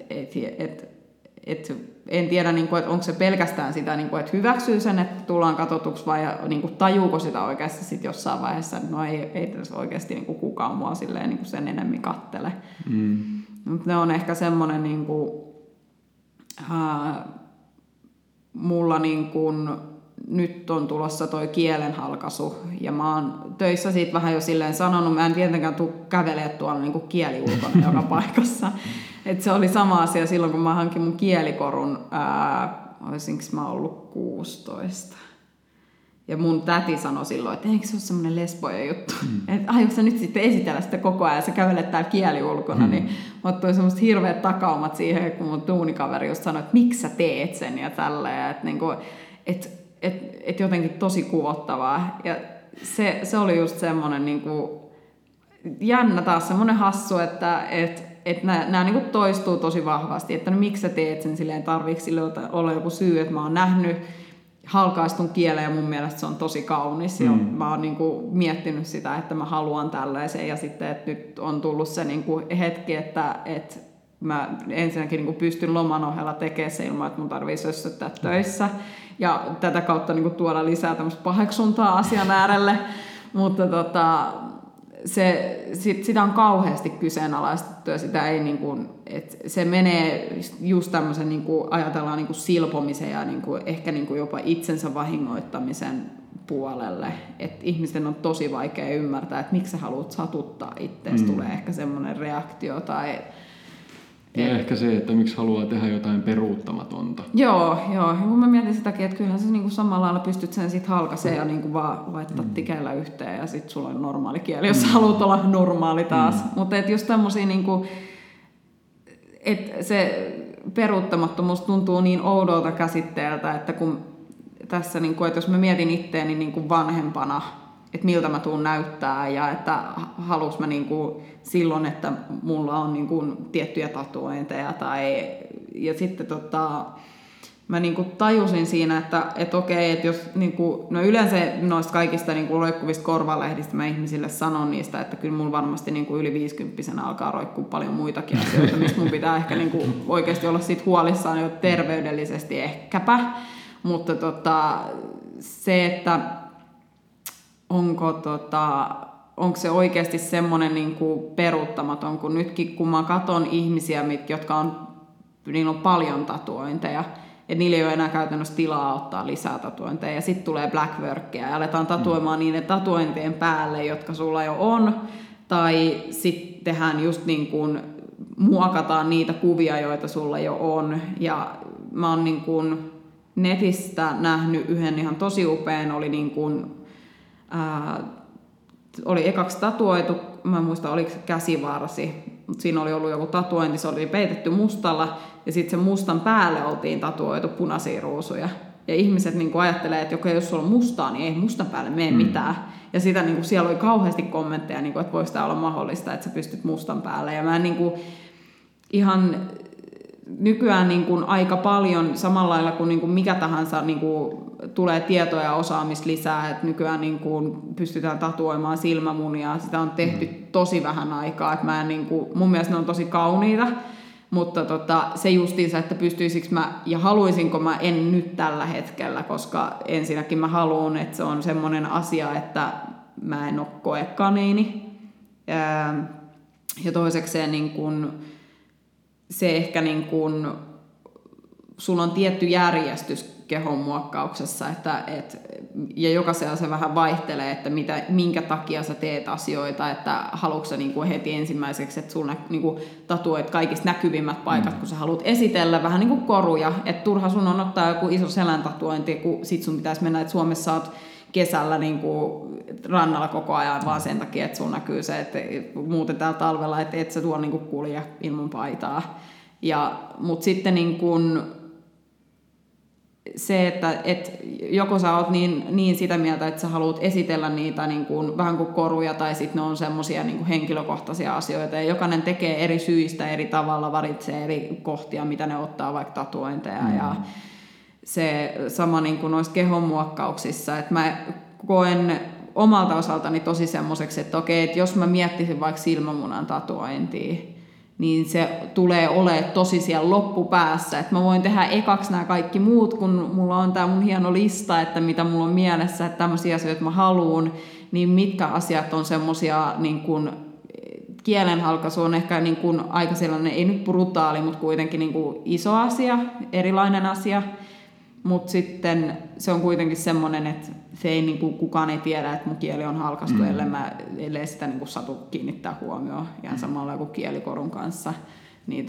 en tiedä, niinku, että onko se pelkästään sitä, niinku, että hyväksyy sen, että tullaan katsotuksi vai niinku, tajuuko sitä oikeasti sit jossain vaiheessa, että no ei tässä oikeasti niinku, kukaan mua silleen, niinku, sen enemmän kattele. Mutta ne on ehkä semmoinen, niinku, mulla niinku, nyt on tulossa toi kielenhalkaisu ja mä oon töissä siitä vähän jo silleen sanonut, mä en tietenkään tule kävelee tuolla niinku kieliulkona joka paikassa. Et se oli sama asia silloin, kun mä hankin mun kielikorun, olisinko mä ollut 16. Ja mun täti sanoi silloin, että eikö se ole semmoinen lesbojen juttu, että aiotko sä nyt sitten esitellä sitä koko ajan ja sä kävelet täällä kieliulkona, niin mä ottui semmoista hirveät takaumat siihen, kun mun duunikaveri just sanoi, että miksi sä teet sen ja tälleen, että niinku, et jotenkin tosi kuvottavaa. Ja se oli just semmoinen niinku, jännä taas semmoinen hassu, että nämä niinku toistuu tosi vahvasti, että no miksi sä teet sen silleen, tarviiko sille olla joku syy, että mä oon nähnyt halkaistun kielen ja mun mielestä se on tosi kaunis ja mä oon niinku miettinyt sitä, että mä haluan tällaisen ja sitten, että nyt on tullut se niinku hetki, että mä ensinnäkin niinku pystyn loman ohella tekemään se ilman, että mun tarvii sössöttää töissä ja tätä kautta niinku tuoda lisää tämmöistä paheksuntaa asian äärelle. Mutta sitä on kauheasti kyseenalaistettu ja sitä ei se menee just tämmöisen ajatellaan silpomisen ja ehkä jopa itsensä vahingoittamisen puolelle, että ihmisten on tosi vaikea ymmärtää, että miksi sä haluat satuttaa itseäsi, tulee ehkä semmoinen reaktio tai ja ehkä se, että miksi haluaa tehdä jotain peruuttamatonta. Joo. Ja kun mä mietin sitäkin, että kyllähän sä samalla lailla pystyt sen sit halkaiseen ja vaan laittaa tikeillä yhteen ja sit sulla on normaali kieli, jos sä haluat olla normaali taas. Mutta just tämmösiä että se peruuttamattomuus tuntuu niin oudolta käsitteeltä, että kun tässä, että jos mä mietin itteeni vanhempana, että miltä mä tuun näyttää ja että haluuks mä silloin, että mulla on tiettyjä tatuointeja ja sitten mä tajusin siinä, että okei, että jos no yleensä noista kaikista roikkuvista korvalehdistä mä ihmisille sanon niistä, että kyllä mulla varmasti yli 50-vuotiaana alkaa roikkua paljon muitakin asioita, missä mun pitää ehkä oikeasti olla siitä huolissaan jo terveydellisesti ehkäpä, mutta se, että onko se oikeasti semmoinen peruuttamaton, kun nytkin kun mä katson ihmisiä, niillä on paljon tatuointeja, että niillä ei ole enää käytännössä tilaa ottaa lisää tatuointeja, ja sitten tulee blackworkia ja aletaan tatuoimaan niiden tatuointien päälle, jotka sulla jo on, tai sitten tehdään just muokataan niitä kuvia, joita sulla jo on, ja mä oon netistä nähnyt yhden ihan tosi upean, oli ekaksi tatuoitu, mä en muista oliko se käsivarsi, mutta siinä oli ollut joku tatuointi, se oli peitetty mustalla ja sitten sen mustan päälle oltiin tatuoitu punaisia ruusuja. Ja ihmiset ajattelee, että jos sulla on mustaa, niin ei mustan päälle mene mitään. Ja sitä siellä oli kauheasti kommentteja, että voiko tämä olla mahdollista, että sä pystyt mustan päälle. Ja mä ihan nykyään aika paljon samalla lailla kuin mikä tahansa tulee tietoa ja osaamista lisää, että nykyään pystytään tatuoimaan silmämunia, sitä on tehty tosi vähän aikaa, että mä en mun mielestä ne on tosi kauniita, mutta se justiinsa, että pystyisikö mä ja haluaisinko mä en nyt tällä hetkellä, koska ensinnäkin mä haluan, että se on semmoinen asia, että mä en ole koekaniini ja toisekseen se ehkä sulla on tietty järjestys kehon muokkauksessa, ja jokaisella se vähän vaihtelee, että minkä takia sä teet asioita, että haluatko sä heti ensimmäiseksi, että sulla tatuoit kaikista näkyvimmät paikat, kun sä haluat esitellä vähän koruja, että turha sun on ottaa joku iso selän tatuointi, kun sit sun pitäisi mennä, että Suomessa oot kesällä rannalla koko ajan vaan sen takia, että sun näkyy se, että muuten täällä talvella, että et sä tuolla kulje ilman paitaa. Mutta sitten se, että joko sä oot niin sitä mieltä, että sä haluat esitellä niitä vähän kuin koruja, tai sitten ne on semmoisia henkilökohtaisia asioita, ja jokainen tekee eri syistä, eri tavalla, valitsee eri kohtia, mitä ne ottaa, vaikka tatuointeja, ja se sama noissa kehonmuokkauksissa, että mä koen omalta osaltani tosi semmoiseksi, että okei, että jos mä miettisin vaikka silmämunan tatuointia, niin se tulee olemaan tosi siellä loppupäässä, että mä voin tehdä ekaksi nämä kaikki muut, kun mulla on tää mun hieno lista, että mitä mulla on mielessä, että tämmöisiä asioita mä haluun, niin mitkä asiat on semmoisia kielenhalkaisu on ehkä aika sellainen, ei nyt brutaali, mutta kuitenkin iso asia, erilainen asia. Mutta sitten se on kuitenkin semmoinen, että se ei, kukaan ei tiedä, että mun kieli on halkaistu, ellei sitä satu kiinnittää huomioon ihan samalla kuin kielikorun kanssa. Niin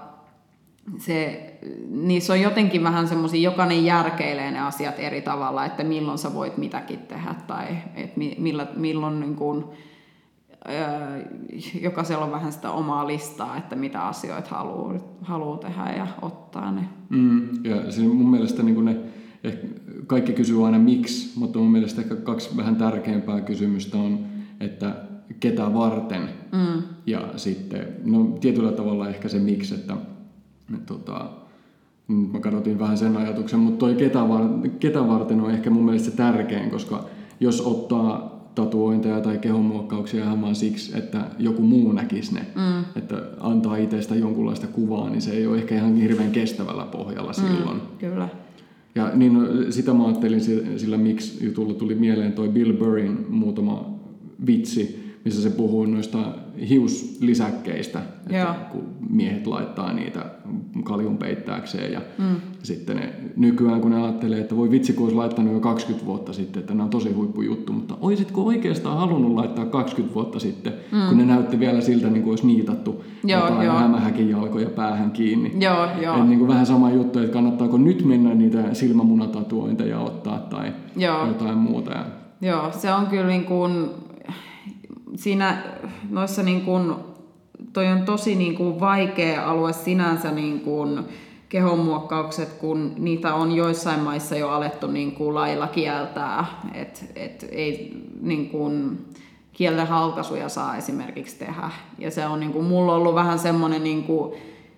niissä on jotenkin vähän semmoisia, jokainen järkeilee ne asiat eri tavalla, että milloin sä voit mitäkin tehdä tai että milloin jokaisella on vähän sitä omaa listaa, että mitä asioita haluaa tehdä ja ottaa ne. Ja siis mun mielestä kaikki kysyy aina miksi, mutta mun mielestä ehkä kaksi vähän tärkeämpää kysymystä on, että ketä varten ja sitten tietyllä tavalla ehkä se miksi, että mä kadotin vähän sen ajatuksen, mutta toi ketä varten on ehkä mun mielestä se tärkein, koska jos ottaa tatuointeja tai kehonmuokkauksia ihan vaan siksi, että joku muu näkisi ne, että antaa itsestä jonkunlaista kuvaa, niin se ei ole ehkä ihan hirveän kestävällä pohjalla silloin. Kyllä. Ja niin, sitä mä ajattelin sillä miksi jutulla tuli mieleen toi Bill Burrin muutama vitsi, missä se puhuu noista hiuslisäkkeistä, että kun miehet laittaa niitä kaljun peittääkseen ja sitten ne nykyään kun ne ajattelee, että voi vitsi kun olisi laittanut jo 20 vuotta sitten, että nämä on tosi huippujuttu, mutta olisitko oikeastaan halunnut laittaa 20 vuotta sitten, kun ne näytti vielä siltä niin kuin olisi niitattu jotain hämähäkin jalkoja päähän kiinni. Joo. Niin kuin vähän sama juttu, että kannattaako nyt mennä niitä silmämunatatuointeja ottaa tai jotain muuta. Joo, se on kyllä niin kuin siinä noissa niin kuin, toi on tosi niin kuin vaikea alue sinänsä niin kuin kehonmuokkaukset, kun niitä on joissain maissa jo alettu niin kuin lailla kieltää, et ei niin kuin kielten halkaisuja saa esimerkiksi tehdä. Ja se on niin kuin, mulla on ollut vähän semmoinen niin kuin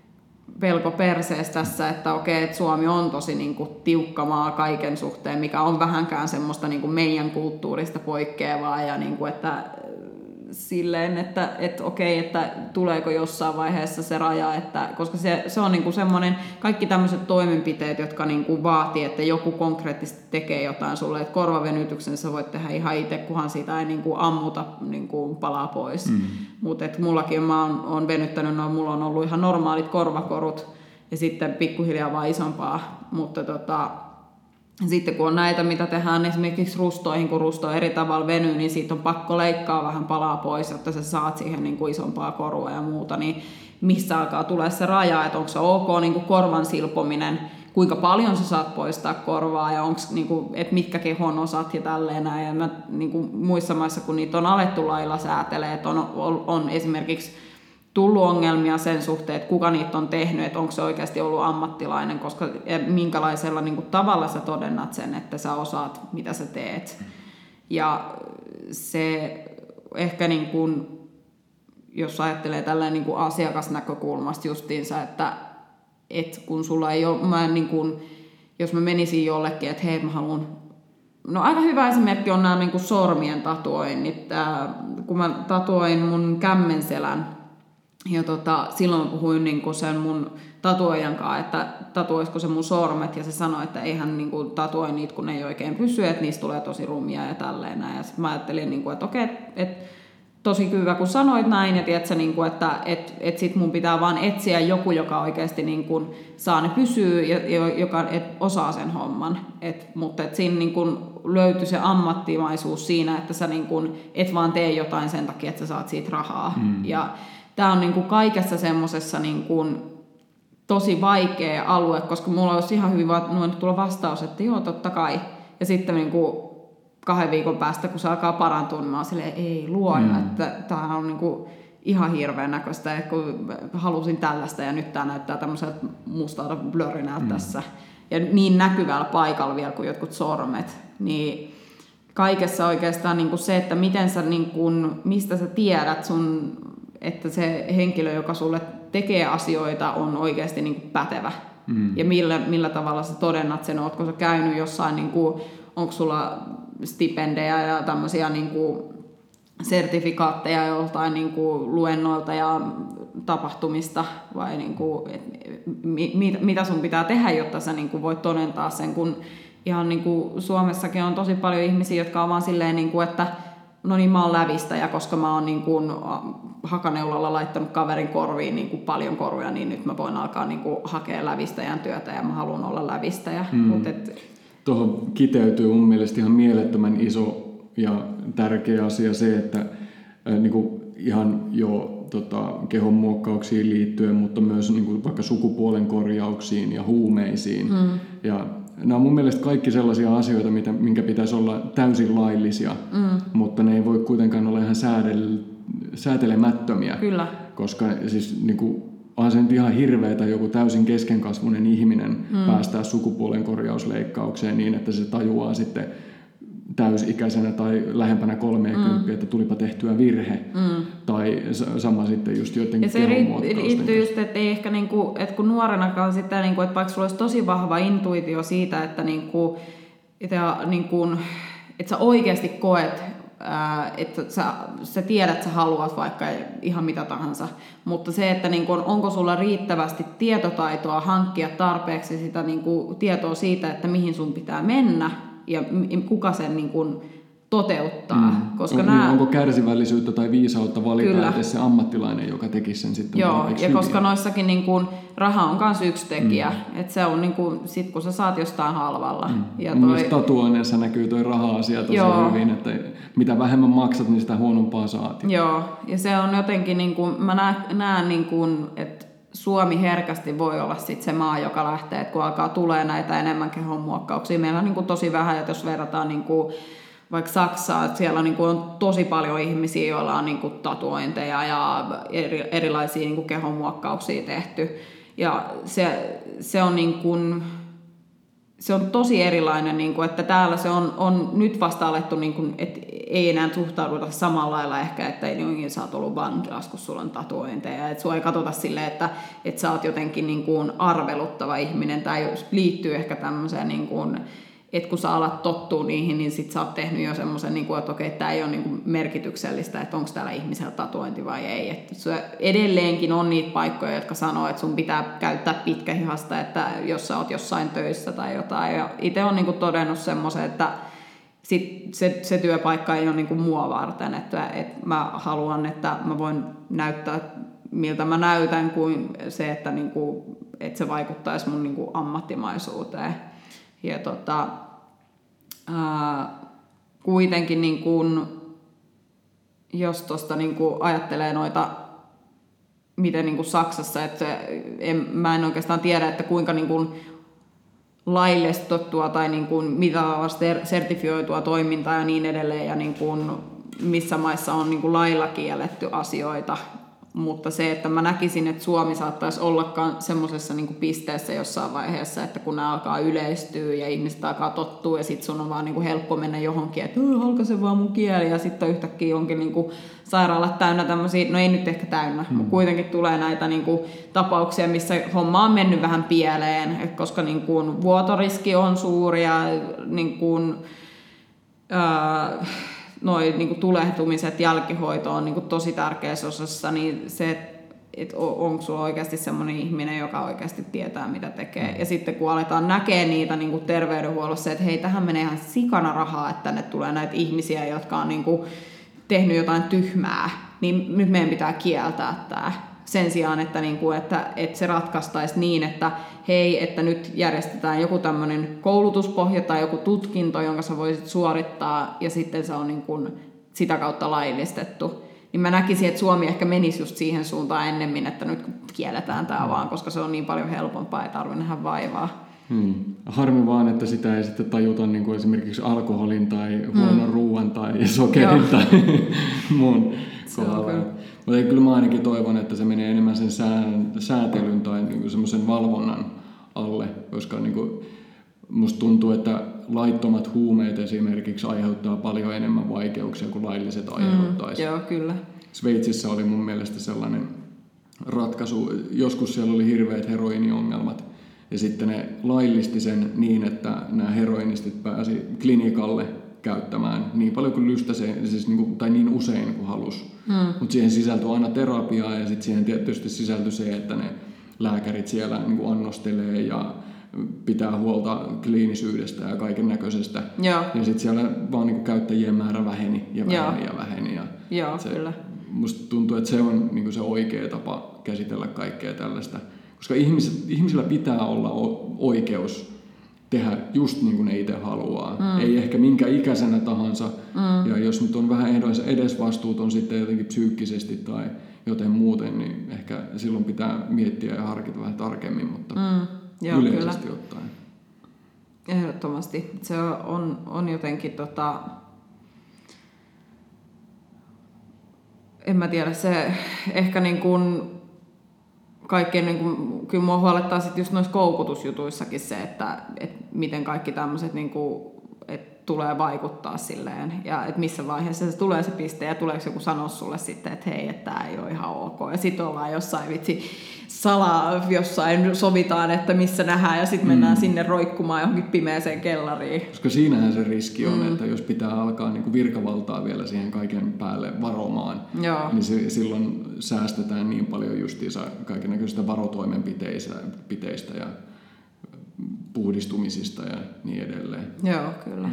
pelko perseessä tässä, että okei, että Suomi on tosi niin kuin tiukka maa kaiken suhteen, mikä on vähänkään semmoista niin kuin meidän kulttuurista poikkeavaa ja niin kuin, että silleen, että okei, että tuleeko jossain vaiheessa se raja, että, koska se on niinku semmoinen, kaikki tämmöiset toimenpiteet, jotka niinku vaatii, että joku konkreettisesti tekee jotain sulle, että korvavenytyksen sä voit tehdä ihan itse, kunhan siitä ei niinku ammuta niinku palaa pois. Mutta mullakin mä oon venyttänyt, mulla on ollut ihan normaalit korvakorut ja sitten pikkuhiljaa vaan isompaa, mutta sitten kun on näitä, mitä tehdään esimerkiksi rustoihin, kun rusto eri tavalla venyy, niin siitä on pakko leikkaa vähän palaa pois, jotta sä saat siihen niin kuin isompaa korua ja muuta, niin missä alkaa tulee se raja, että onko se ok niin kuin korvan silpominen, kuinka paljon sä saat poistaa korvaa ja onko, niin kuin, että mitkä kehon osat ja tälleen näin. Ja mä, niin kuin muissa maissa, kun niitä on alettu lailla säätelee, että on esimerkiksi tullut ongelmia sen suhteen, että kuka niitä on tehnyt, että onko se oikeasti ollut ammattilainen, koska minkälaisella niin kuin tavalla sä todennat sen, että sä osaat, mitä sä teet. Ja se ehkä, niin kuin, jos ajattelee tällainen niin kuin asiakasnäkökulmasta justiinsa, että kun sulla ei ole, niin kuin, jos mä menisin jollekin, että hei, mä haluan. No aika hyvä esimerkki on nämä niin kuin sormien tatuoinnit. Kun mä tatuoin mun kämmenselän, ja silloin puhuin niinku sen mun tatuoijan kanssa, että tatuoisiko se mun sormet, ja se sanoi, että ei hän niinku tatuoi niitä, kun ne ei oikein pysy, että niistä tulee tosi rumia ja tälleen näin. Ja sitten mä ajattelin, niinku, että okei, tosi hyvä kun sanoit näin, ja tiedätkö, niinku, että sit mun pitää vaan etsiä joku, joka oikeasti niinku saa ne pysyä ja joka osaa sen homman. Mutta siinä niinku löytyi se ammattimaisuus siinä, että sä niinku, et vaan tee jotain sen takia, että sä saat siitä rahaa. Ja tämä on niinku kaikessa semmoisessa niinku tosi vaikea alue, koska mulla olisi ihan hyvin tulla vastaus, että joo, totta kai. Ja sitten niinku 2 viikon päästä, kun se alkaa parantua, niin mä oon silleen, ei luoja, että tämä on niinku ihan hirveän näköistä, että kun halusin tällaista ja nyt tämä näyttää tämmöiseltä mustalta blurrinältä tässä. Ja niin näkyvällä paikalla vielä kuin jotkut sormet. Niin kaikessa oikeastaan niinku se, että miten sä, niinku, mistä sä tiedät sun, että se henkilö, joka sulle tekee asioita, on oikeasti niin kuin pätevä. Ja millä tavalla sä todennat sen, ootko sä käynyt jossain, niin kuin, onko sulla stipendejä ja tämmöisiä niin kuin sertifikaatteja joltain niin kuin luennoilta ja tapahtumista, vai niin kuin, mitä sun pitää tehdä, jotta sä niin kuin voit todentaa sen, kun ihan niin kuin Suomessakin on tosi paljon ihmisiä, jotka on vaan silleen, niin kuin, että no niin, mä oon lävistäjä, koska mä oon niin kuin hakaneulalla laittanut kaverin korviin niin kuin paljon koruja, niin nyt mä voin alkaa niin kuin hakea lävistäjän työtä ja mä haluan olla lävistäjä. Tuohon kiteytyy mun mielestä ihan mielettömän iso ja tärkeä asia se, että niin kuin ihan jo kehon muokkauksiin liittyen, mutta myös niin kuin vaikka sukupuolen korjauksiin ja huumeisiin. Ja nämä on mun mielestä kaikki sellaisia asioita, minkä pitäisi olla täysin laillisia, mutta ne ei voi kuitenkaan olla ihan säätelemättömiä. Kyllä. Koska siis niin kuin, onhan se nyt ihan hirveetä joku täysin keskenkasvuinen ihminen päästää sukupuolen korjausleikkaukseen niin, että se tajuaa sitten täysikäisenä tai lähempänä 30, että tulipa tehtyä virhe. Tai sama sitten just jotenkin kehonmuokkausten. Ja se liittyy just, että ei ehkä niinku, että kun nuorenakaan sitä, niinku, että vaikka sulla olisi tosi vahva intuitio siitä, että, niinku, että sä oikeasti koet, että sä tiedät, että sä haluat vaikka ihan mitä tahansa, mutta se, että niin kun, onko sulla riittävästi tietotaitoa hankkia tarpeeksi sitä niin kun, tietoa siitä, että mihin sun pitää mennä ja kuka sen niin kun, toteuttaa. Koska onko kärsivällisyyttä tai viisautta valita edes se ammattilainen, joka tekisi sen sitten tarpeeksi hyvin. Koska noissakin niin kun, raha on myös yksi tekijä. Että se on niin kun, sit kun sä saat jostain halvalla. Ja myös tatuoinneissa näkyy toi raha-asia tosi hyvin, että mitä vähemmän maksat, niin sitä huonompaa saat. Joo, ja se on jotenkin, niin kun, mä näen niin kun, että Suomi herkästi voi olla sit se maa, joka lähtee, että kun alkaa tulee näitä enemmän kehonmuokkauksia. Meillä on niin kun, tosi vähän, että jos verrataan niin kun, vaikka Saksaa, että siellä niin kuin on tosi paljon ihmisiä, joilla on niin kuin tatuointeja ja erilaisia niin kuin kehonmuokkauksia tehty. Ja se on niin kuin, se on tosi erilainen, niin kuin, että täällä se on nyt vasta alettu, niin kuin, että ei enää suhtauduta samalla lailla ehkä, että ei niin sä oot ollut vankilassa, kun sulla on tatuointeja. Että sua ei katsota silleen, että sä oot jotenkin niin kuin arveluttava ihminen tai liittyy ehkä tämmöiseen niin kuin, että kun sä alat tottua niihin, niin sit sä oot tehnyt jo semmoisen, että okei, tämä ei ole merkityksellistä, että onko täällä ihmisellä tatuointi vai ei. Että edelleenkin on niitä paikkoja, jotka sanoo, että sun pitää käyttää pitkähihasta, että jos sä oot jossain töissä tai jotain. Ja itse on todennut semmoisen, että sit se työpaikka ei ole mua varten, että mä haluan, että mä voin näyttää, miltä mä näytän, kuin se, että se vaikuttaisi mun ammattimaisuuteen. Ja kuitenkin niin kun, jos tuosta niin kun ajattelee noita, miten niin kun Saksassa, että mä en oikeastaan tiedä, että kuinka niin kun laillistettua tai niin kun mitä sertifioitua toimintaa ja niin edelleen, ja niin kun missä maissa on niin kun lailla kielletty asioita. Mutta se, että mä näkisin, että Suomi saattaisi ollakaan semmoisessa niin kuin pisteessä jossain vaiheessa, että kun ne alkaa yleistyä ja ihmiset alkaa tottua ja sit sun on vaan niin kuin helppo mennä johonkin, että halkaise vaan mun kieli ja sitten yhtäkkiä onkin niin kuin sairaalat täynnä tämmöisiä, no ei nyt ehkä täynnä, mutta kuitenkin tulee näitä niin kuin tapauksia, missä homma on mennyt vähän pieleen, koska niin kuin vuotoriski on suuri ja niin kuin, noi niinku tulehtumiset, jälkihoito on niinku tosi tärkeässä osassa, niin se, että onko sulla oikeasti semmoinen ihminen, joka oikeasti tietää, mitä tekee. Ja sitten kun aletaan näkee niitä niinku terveydenhuollossa, että hei, tähän menee ihan sikana rahaa, että tänne tulee näitä ihmisiä, jotka on niinku tehnyt jotain tyhmää, niin nyt meidän pitää kieltää tämä. Sen sijaan, että se ratkaistaisi niin, että hei, että nyt järjestetään joku tämmöinen koulutuspohja tai joku tutkinto, jonka sä voisit suorittaa, ja sitten se on niin kuin sitä kautta laillistettu. Niin mä näkisin, että Suomi ehkä menisi just siihen suuntaan ennemmin, että nyt kielletään tämä vaan, koska se on niin paljon helpompaa, ei tarvitse nähdä vaivaa. Harmi vaan, että sitä ei sitten tajuta niin kuin esimerkiksi alkoholin tai huonon ruoan tai sokerin tai muun kohdalla. Mutta kyllä mä ainakin toivon, että se menee enemmän sen säätelyn tai niin kuin semmoisen valvonnan alle, koska niin kuin musta tuntuu, että laittomat huumeet esimerkiksi aiheuttaa paljon enemmän vaikeuksia kuin lailliset aiheuttaisi. Joo, kyllä. Sveitsissä oli mun mielestä sellainen ratkaisu. Joskus siellä oli hirveät heroiniongelmat. Ja sitten ne laillisti sen niin, että nämä heroinistit pääsi klinikalle käyttämään niin paljon kuin lystäseen, siis tai niin usein kuin halusi. Mutta siihen sisältyi aina terapiaa ja sitten siihen tietysti sisältyi se, että ne lääkärit siellä niin kuin annostelee ja pitää huolta kliinisyydestä ja kaiken näköisestä. Ja sitten siellä vaan niin kuin käyttäjien määrä väheni ja väheni. Joo, kyllä. Musta tuntuu, että se on niin kuin se oikea tapa käsitellä kaikkea tällaista. Koska ihmisillä pitää olla oikeus tehdä just niin kuin ne itse haluaa. Ei ehkä minkä ikäisenä tahansa. Ja jos nyt on vähän edesvastuuton sitten jotenkin psyykkisesti tai joten muuten, niin ehkä silloin pitää miettiä ja harkita vähän tarkemmin, mutta yleisesti kyllä ottaen. Ehdottomasti. Se on jotenkin en mä tiedä, se ehkä niin kuin kaikkein, niin kuin, kyllä mua huolettaa sit just noissa koukutusjutuissakin se, että miten kaikki tämmöiset, niin kuin, että tulee vaikuttaa silleen, ja että missä vaiheessa se tulee se piste, ja tuleeko joku sanoa sulle sitten, että hei, että tämä ei ole ihan ok, ja sitten ollaan jossain jossain sovitaan, että missä nähdään, ja sitten mennään sinne roikkumaan johonkin pimeäseen kellariin. Koska siinähän se riski on, että jos pitää alkaa niin kuin virkavaltaa vielä siihen kaiken päälle varomaan, niin silloin säästetään niin paljon justiinsa kaikennäköisistä varotoimenpiteistä ja puhdistumisista ja niin edelleen. Joo, kyllä.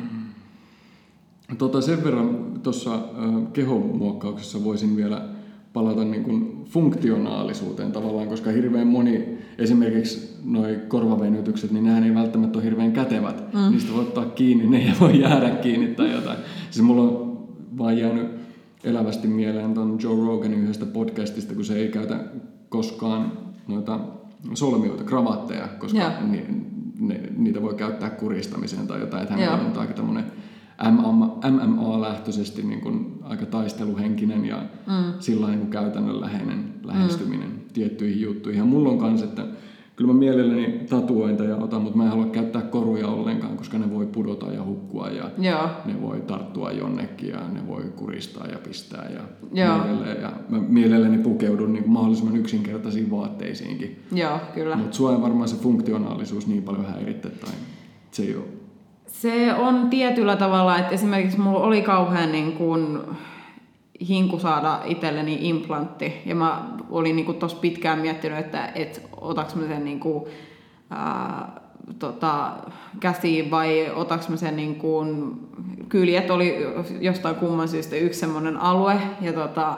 Sen verran tuossa kehonmuokkauksessa voisin vielä palata niin kuin funktionaalisuuteen tavallaan, koska hirveän moni, esimerkiksi noi korvavenytykset, niin nehän ei välttämättä ole hirveän kätevät. Niistä voi ottaa kiinni, ne ei voi jäädä kiinni tai jotain. Siis mulla on vaan jäänyt elävästi mieleen ton Joe Roganin yhdestä podcastista, kun se ei käytä koskaan noita solmioita, kravatteja, koska niitä voi käyttää kuristamiseen tai jotain, että hän on aika tämmöinen MMA-lähtöisesti niin kuin aika taisteluhenkinen ja sillä niin kuin käytännönläheinen lähestyminen tiettyihin juttuihin. Ja mulla on kans, että kyllä mä mielelläni tatuointeja otan, mutta mä en halua käyttää koruja ollenkaan, koska ne voi pudota ja hukkua ja ne voi tarttua jonnekin ja ne voi kuristaa ja pistää ja mä mielelläni pukeudun niin kuin mahdollisimman yksinkertaisiin vaatteisiinkin. Joo, kyllä. Mutta sua ei varmaan se funktionaalisuus niin paljon häiritse tai se ei ole. Se on tietyllä tavalla, että esimerkiksi mulla oli kauhean niin kuin hinku saada itselleni implantti, ja mä olin niin kuin tossa pitkään miettinyt, että otaks mä sen niin kuin, käsiin vai otaks mä sen niin kuin kyljet oli jostain kumman syystä yksi semmoinen alue ja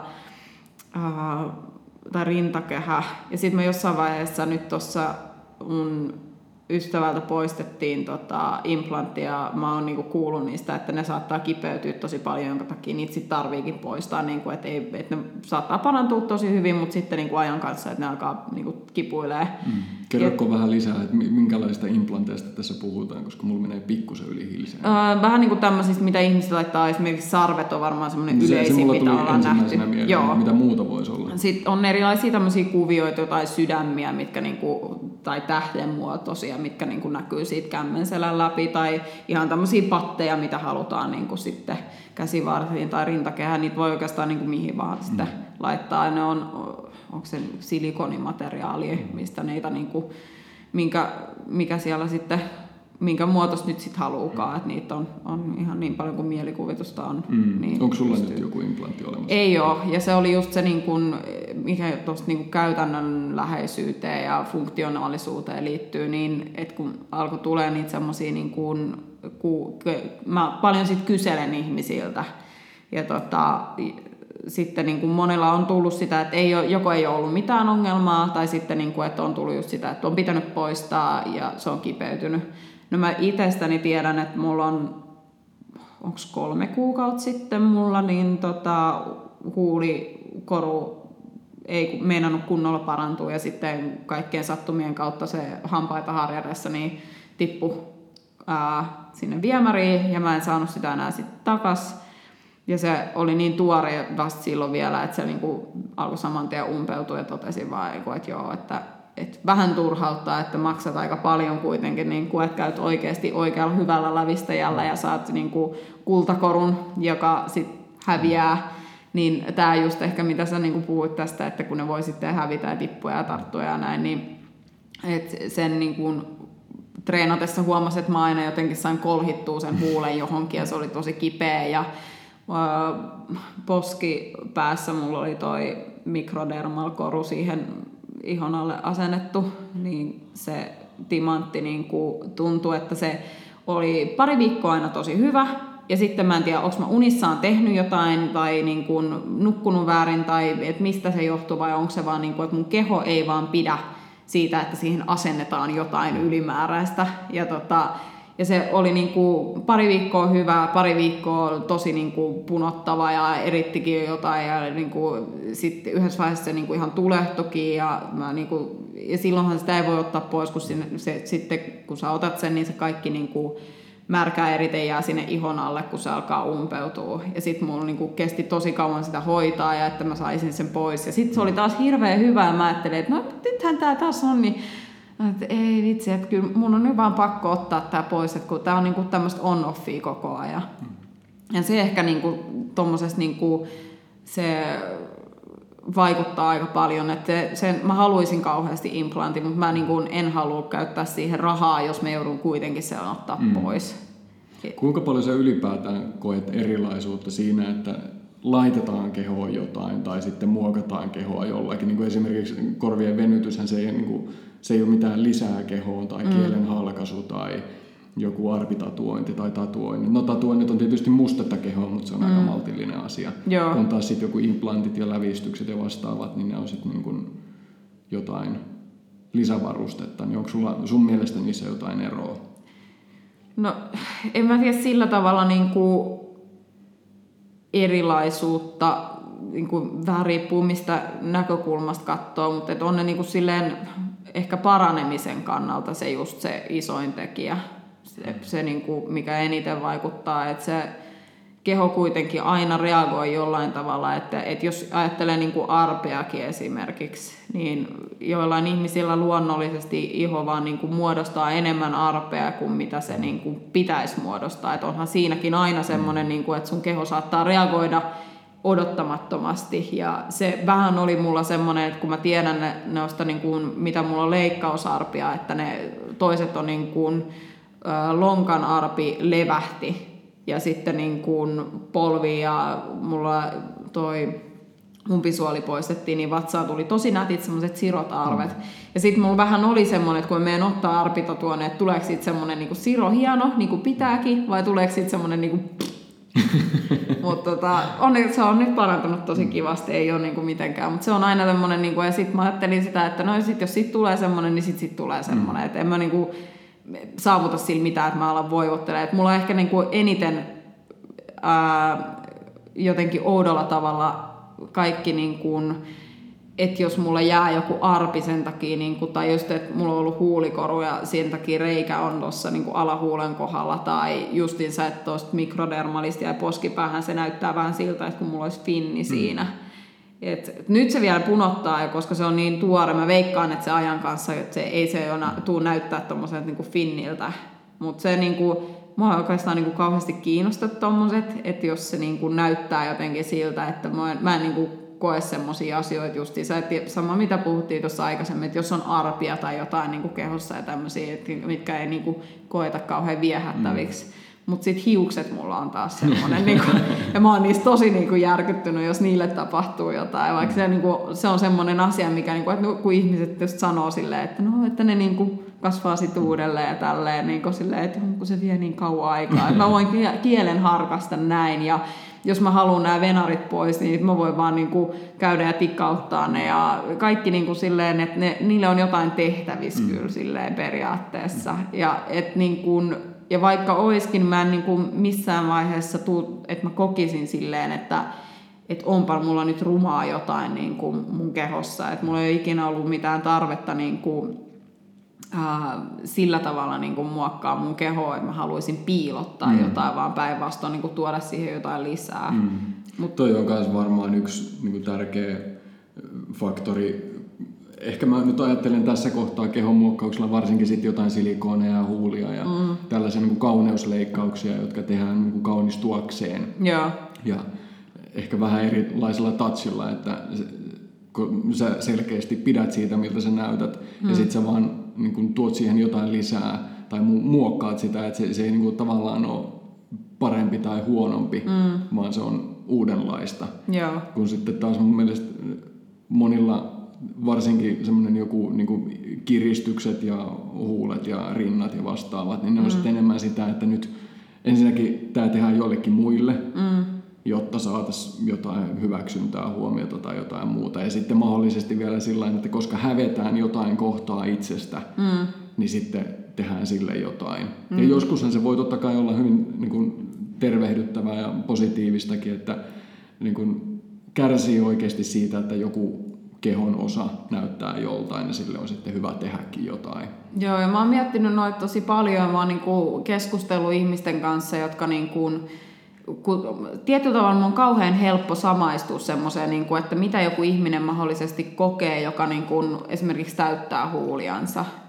tai rintakehä, ja sitten mä jossain vaiheessa nyt tuossa mun ystävältä poistettiin implantti, ja mä oon niinku kuullut niistä, että ne saattaa kipeytyä tosi paljon, jonka takia niitä sit tarviikin poistaa, niinku, että ne saattaa parantua tosi hyvin, mutta sitten niinku ajan kanssa, että ne alkaa niinku kipuilee. Kerrotko vähän lisää, että minkälaista implanteista tässä puhutaan, koska mulla menee pikkusen yli hilseen. Vähän niin kuin tämmöisistä, mitä ihmiset laittaa, esimerkiksi sarvet on varmaan semmoinen yleisin, mitä ollaan nähty. Mieleen, mitä muuta voisi olla. Sitten on erilaisia tämmöisiä kuvioita, jotain sydämiä, mitkä niinku, tai tähdenmuotoisia, mitkä niinku näkyy siitä kämmenselän läpi, tai ihan tämmöisiä patteja, mitä halutaan niinku sitten käsivarsiin tai rintakehään, niitä voi oikeastaan niinku mihin vaan sitten laittaa. Ne onko se silikonimateriaali, mistä neitä niinku, mikä siellä sitten, minkä muotoista nyt sitten haluukaan, että niitä on ihan niin paljon kuin mielikuvitusta on. Niin onko sulla nyt joku implantti olemassa? Ei ole, ja se oli just se, niin kun, mikä tuosta niin käytännönläheisyyteen ja funktionaalisuuteen liittyy, niin että kun alkoi tulee niitä semmoisia, niin mä paljon sit kyselen ihmisiltä, ja sitten niin kuin monella on tullut sitä, että joko ei ole ollut mitään ongelmaa, tai sitten niin kuin, että on tullut just sitä, että on pitänyt poistaa ja se on kipeytynyt. No mä itsestäni tiedän, että mulla onko 3 kuukautta sitten mulla, niin huulikoru ei meinannut kunnolla parantua, ja sitten kaikkien sattumien kautta se hampaita harjadessa niin tippui sinne viemäriin, ja mä en saanut sitä enää sitten takaisin. Ja se oli niin tuore vasta silloin vielä, että se niinku alkoi saman tien umpeutua, ja totesin vaan, että joo, että vähän turhauttaa, että maksat aika paljon kuitenkin, niin että käyt oikeasti oikealla hyvällä lävistäjällä ja saat niin kuin kultakorun, joka sitten häviää. Niin tämä just ehkä, mitä sä niin kuin puhuit tästä, että kun ne voi sitten hävitä ja tippua ja tarttua ja näin, niin että sen niin kuin treenatessa huomasin, että mä aina jotenkin sain kolhittua sen huulen johonkin, ja se oli tosi kipeä, ja poskipäässä mulla oli toi mikrodermal koru siihen ihon alle asennettu, niin se timantti niin kuin tuntui, että se oli pari viikkoa aina tosi hyvä, ja sitten mä en tiedä, onko mä unissaan tehnyt jotain tai niin kuin nukkunut väärin tai että mistä se johtuu, vai onko se vaan niin kuin, että mun keho ei vaan pidä siitä, että siihen asennetaan jotain ylimääräistä, ja se oli niinku pari viikkoa hyvää, pari viikkoa tosi niinku punottava ja erittikin jotain, ja niinku sitten yhdessä vaiheessa se niinku ihan tulehtokin, ja silloinhan sitä ei voi ottaa pois, kun sitten kun sä otat sen, niin se kaikki niinku märkä erite jää sinne ihon alle, kun se alkaa umpeutua. Ja sitten mulla niinku kesti tosi kauan sitä hoitaa, ja että mä saisin sen pois. Ja sitten se oli taas hirveän hyvä, ja mä ajattelin, että no nythän tää taas on, niin Että ei vitsi, että kyllä mun on nyt vaan pakko ottaa tää pois, että kun tää on niinku tämmöistä on-offia koko ajan. Ja se ehkä niinku tommosesta niinku se vaikuttaa aika paljon, että mä haluaisin kauheasti implantin, mutta mä niinku en halua käyttää siihen rahaa, jos me joudun kuitenkin sen ottaa pois. Kuinka paljon sä ylipäätään koet erilaisuutta siinä, että laitetaan kehoon jotain tai sitten muokataan kehoa jollakin? Niin kuin esimerkiksi korvien venytyshän se ei ole mitään lisää kehoon tai kielen halkaisu tai joku arpitatuointi tai tatuointi. No tatuoinnit on tietysti mustetta kehoa, mutta se on aika maltillinen asia. Joo. Kun taas sitten joku implantit ja lävistykset ja vastaavat, niin ne on sitten niin kuin jotain lisävarustetta. Niin onko sun mielestä niissä jotain eroa? No en mä tiedä sillä tavalla niinku erilaisuutta, niinku vähän riippuu mistä näkökulmasta katsoo, mutta on ne niinku silleen ehkä paranemisen kannalta se just se isoin tekijä. Se niinku, mikä eniten vaikuttaa, että se keho kuitenkin aina reagoi jollain tavalla, että jos ajattelee niinku arpeakin esimerkiksi, niin joillain ihmisillä luonnollisesti iho vaan niinku muodostaa enemmän arpea kuin mitä se niinku pitäisi muodostaa. Et onhan siinäkin aina semmoinen, niinku, että sun keho saattaa reagoida odottamattomasti. Ja se vähän oli mulla semmoinen, että kun mä tiedän noista, niinku, mitä mulla on leikkausarpia, että ne toiset on niinku, lonkan arpi levähti. Ja sitten niin kuin polvi ja mulla toi umpisuoli poistettiin, niin vatsaan tuli tosi nätit semmoiset sirotarvet. Ja sitten mulla vähän oli semmoinen, että kun mä menen ottaa arpita tuonne, että tuleeko siitä semmoinen niin kuin siro hieno, niin kuin pitääkin, vai tuleeko siitä semmoinen niin kuin mutta se on nyt parantunut tosi kivasti, ei ole niin kuin mitenkään. Mutta se on aina semmoinen, niin kuin, ja sitten mä ajattelin sitä, että no sit, jos siitä tulee semmoinen, niin sit tulee semmoinen. Että en mä niin kuin saavuta sillä mitään, että mä alan voivottelemaan. Et mulla on ehkä niinku eniten jotenkin oudolla tavalla kaikki, niinku, että jos mulla jää joku arpi sen takia, niinku, tai just, että mulla on ollut huulikoru ja sen takia reikä on tuossa niinku alahuulen kohdalla, tai justiinsa, että tuosta mikrodermalista ja poskipäähän se näyttää vähän siltä, että kun mulla olisi finni siinä. Et nyt se vielä punottaa, koska se on niin tuore. Mä veikkaan, että se ajan kanssa että ei se tule näyttää tommoset niinku finniltä. Mutta se niinku, mua oikeastaan niinku kauheasti kiinnostaa tommoset, että jos se niinku näyttää jotenkin siltä, että mä en niinku koe semmosia asioita justiinsa. Sama mitä puhuttiin tuossa aikaisemmin, että jos on arpia tai jotain niinku kehossa ja tämmöisiä, mitkä ei niinku koeta kauhean viehättäviksi. Mutta sitten hiukset mulla on taas semmoinen, niinku, ja mä oon niistä tosi niinku järkyttynyt, jos niille tapahtuu jotain. Vaikka se on semmoinen asia, mikä, niinku, että kun ihmiset just sanoo silleen, että, no, että ne niinku kasvaa sit uudelleen ja tälleen, niinku silleen, että onko se vie niin kauan aikaa. Että mä voin kielen harkasta näin, ja jos mä haluan nämä venarit pois, niin mä voin vaan niinku käydä ja tikkauttaa ne. Ja kaikki niinku silleen, että niille on jotain tehtävissä kyllä silleen periaatteessa. Ja et niinku... Ja vaikka oiskin, mä en niin kuin missään vaiheessa että mä kokisin silleen, että onpa mulla nyt rumaa jotain niin kuin mun kehossa. Että mulla ei ole ikinä ollut mitään tarvetta niin kuin, sillä tavalla niin kuin muokkaa mun kehoa, että mä haluaisin piilottaa jotain, vaan päinvastoin niin kuin tuoda siihen jotain lisää. Toi on myös varmaan yksi niin kuin tärkeä faktori. Ehkä mä nyt ajattelen tässä kohtaa kehonmuokkauksella varsinkin sit jotain silikooneja ja huulia ja tällaisia niin kuin kauneusleikkauksia, jotka tehdään niin kuin kaunistuakseen. Ja ehkä vähän erilaisella touchilla, että kun sä selkeästi pidät siitä, miltä sä näytät, ja sit sä vaan niin kuin tuot siihen jotain lisää tai muokkaat sitä, että se ei niin kuin tavallaan ole parempi tai huonompi, vaan se on uudenlaista. Kun sitten taas mun mielestä monilla varsinkin semmoinen joku niin kuin kiristykset ja huulet ja rinnat ja vastaavat, niin ne on sitten enemmän sitä, että nyt ensinnäkin tämä tehdään joillekin muille, jotta saataisiin jotain hyväksyntää, huomiota tai jotain muuta. Ja sitten mahdollisesti vielä sillä tavalla, että koska hävetään jotain kohtaa itsestä, niin sitten tehdään sille jotain. Ja joskushan se voi totta kai olla hyvin niin kuin tervehdyttävää ja positiivistakin, että niin kuin kärsii oikeasti siitä, että joku kehon osa näyttää joltain ja sille on sitten hyvä tehdäkin jotain. Joo, ja mä oon miettinyt noita tosi paljon. Mä oon niinku keskustellut ihmisten kanssa, jotka niinku, tietyllä tavalla mun on kauhean helppo samaistua semmoiseen, niinku, että mitä joku ihminen mahdollisesti kokee, joka niinku esimerkiksi täyttää huuliansa.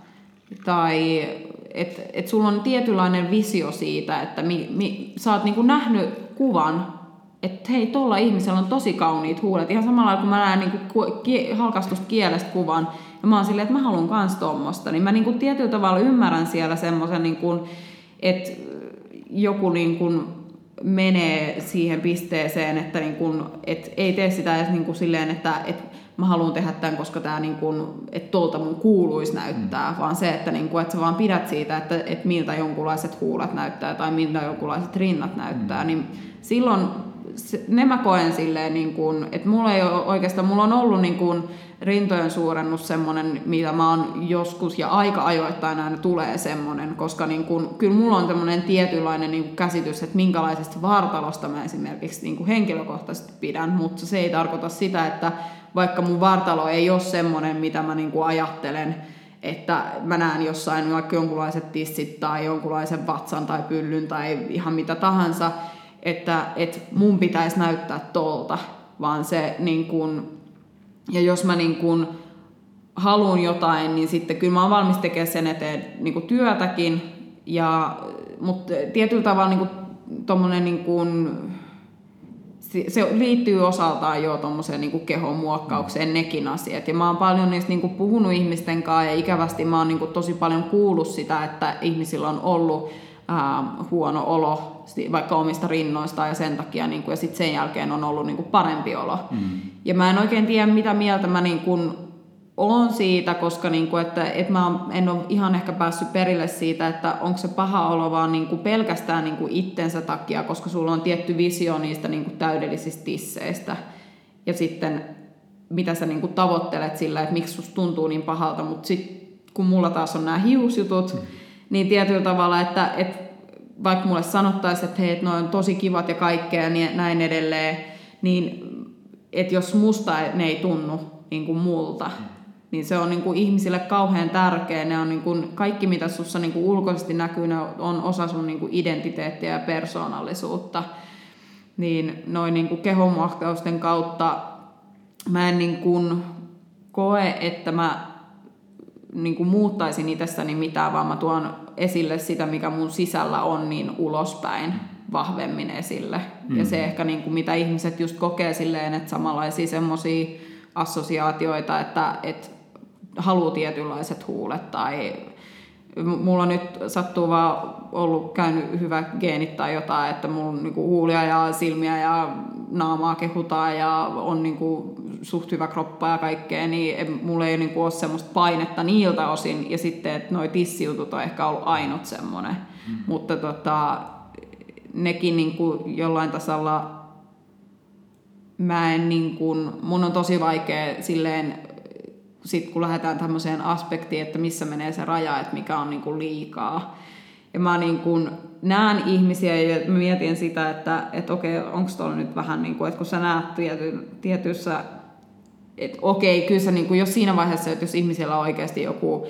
tai että sulla on tietynlainen visio siitä, että sä oot niinku nähnyt kuvan, että hei, tuolla ihmisellä on tosi kauniit huulet. Ihan samalla kun mä näen niinku halkastusta kielestä kuvan, ja mä oon silleen, että mä haluan kans tommosta, niin mä niinku tietyllä tavalla ymmärrän siellä semmoisen, niinku, että joku niinku menee siihen pisteeseen, että niinku, et ei tee sitä edes niinku silleen, että mä haluan tehdä tämän, koska tää niinku, että tuolta mun kuuluisi näyttää, vaan se, että niinku, että sä vaan pidät siitä, että miltä jonkunlaiset huulet näyttää tai miltä jonkunlaiset rinnat näyttää, niin silloin ne mä koen silleen, niin kuin, että mulla ei ole oikeastaan, mulla on ollut niin kuin rintojen suurennus semmoinen, mitä mä oon joskus ja aika ajoittain aina tulee semmoinen, koska niin kuin, kyllä mulla on semmoinen tietynlainen niin kuin käsitys, että minkälaisesta vartalosta mä esimerkiksi niin kuin henkilökohtaisesti pidän, mutta se ei tarkoita sitä, että vaikka mun vartalo ei ole semmoinen, mitä mä niin kuin ajattelen, että mä näen jossain vaikka jonkunlaiset tissit tai jonkunlaisen vatsan tai pyllyn tai ihan mitä tahansa, että mun pitäisi näyttää tolta, vaan se niin kun, ja jos mä niin kun haluan jotain, niin sitten kyllä mä oon valmis tekemään sen eteen niin kun työtäkin, mutta tietyllä tavalla niin kun, tommonen niin kun, se liittyy osaltaan jo tommoseen niin kun kehon muokkaukseen nekin asiat, ja mä oon paljon niistä niin kun puhunut ihmisten kanssa, ja ikävästi mä oon niin kun tosi paljon kuullut sitä, että ihmisillä on ollut huono olo vaikka omista rinnoistaan ja sen takia, niin kuin, ja sitten sen jälkeen on ollut niin kuin parempi olo. Ja mä en oikein tiedä, mitä mieltä mä niin kuin oon siitä, koska niin kuin, että mä en ole ihan ehkä päässyt perille siitä, että onko se paha olo vaan niin kuin pelkästään niin kuin itsensä takia, koska sulla on tietty visio niistä niin kuin täydellisistä tisseistä. Ja sitten mitä sä niin kuin tavoittelet sillä, että miksi susta tuntuu niin pahalta, mutta sitten kun mulla taas on nämä hiusjutut, niin tietyllä tavalla, että vaikka mulle sanottaisiin, että hei, ne on tosi kivat ja kaikkea ja näin edelleen, niin että jos musta ne ei tunnu niin kuin multa, niin se on niin kuin ihmisille kauhean tärkeä. Ne on niin kuin, kaikki, mitä sussa niin kuin ulkoisesti näkyy, ne on osa sun niin kuin identiteettiä ja persoonallisuutta. Niin noin niin kuin kehonmuokkausten kautta mä en niin kuin koe, että mä niin kuin muuttaisin itsessäni mitään, vaan mä tuon esille sitä, mikä mun sisällä on, niin ulospäin vahvemmin esille. Ja se ehkä, niin kuin, mitä ihmiset just kokee silleen, että samanlaisia semmoisia assosiaatioita, että haluaa tietynlaiset huulet, tai mulla nyt sattuu vaan ollut käynyt hyvä geenit tai jotain, että mulla on niinku huulia ja silmiä ja naamaa kehutaan ja on niinku suht hyvä kroppa ja kaikkea, niin mulla ei niinku ole semmoista painetta niiltä osin, ja sitten, että noi tissijutut on ehkä ollut ainut semmoinen. Mutta nekin niinku jollain tasalla mä en niinku, mun on tosi vaikea silleen, sit kun lähdetään tämmöiseen aspektiin, että missä menee se raja, että mikä on niinku liikaa. Ja mä niinku näen ihmisiä ja mietin sitä, että okei, onko tuolla nyt vähän niin kuin, että kun sä näet tietyssä, että okei, kyllä sä niinku, jos siinä vaiheessa, että jos ihmisellä on oikeasti joku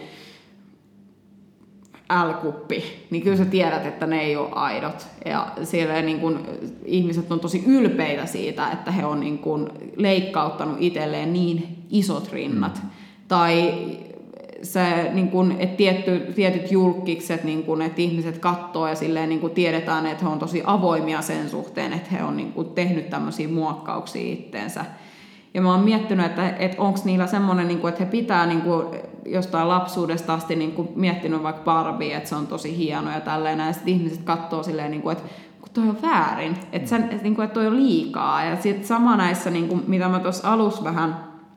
L-kuppi, niin kyllä sä tiedät, että ne ei ole aidot. Ja siellä niin kun, ihmiset on tosi ylpeitä siitä, että he on niin kun, leikkauttanut itselleen niin isot rinnat. Tai se, niin kun, että tietyt julkkikset, niin kun, että ihmiset katsoo ja silleen, niin kun tiedetään, että he on tosi avoimia sen suhteen, että he on niin kun, tehnyt tämmöisiä muokkauksia itteensä. Ja mä oon miettinyt, että onko niillä semmoinen, että he pitää jostain lapsuudesta asti miettinyt vaikka Barbie, että se on tosi hieno ja tälleen. Ja sitten ihmiset katsoo silleen, että toi on väärin, että toi on liikaa. Ja sitten sama näissä, mitä mä tuossa alussa vähän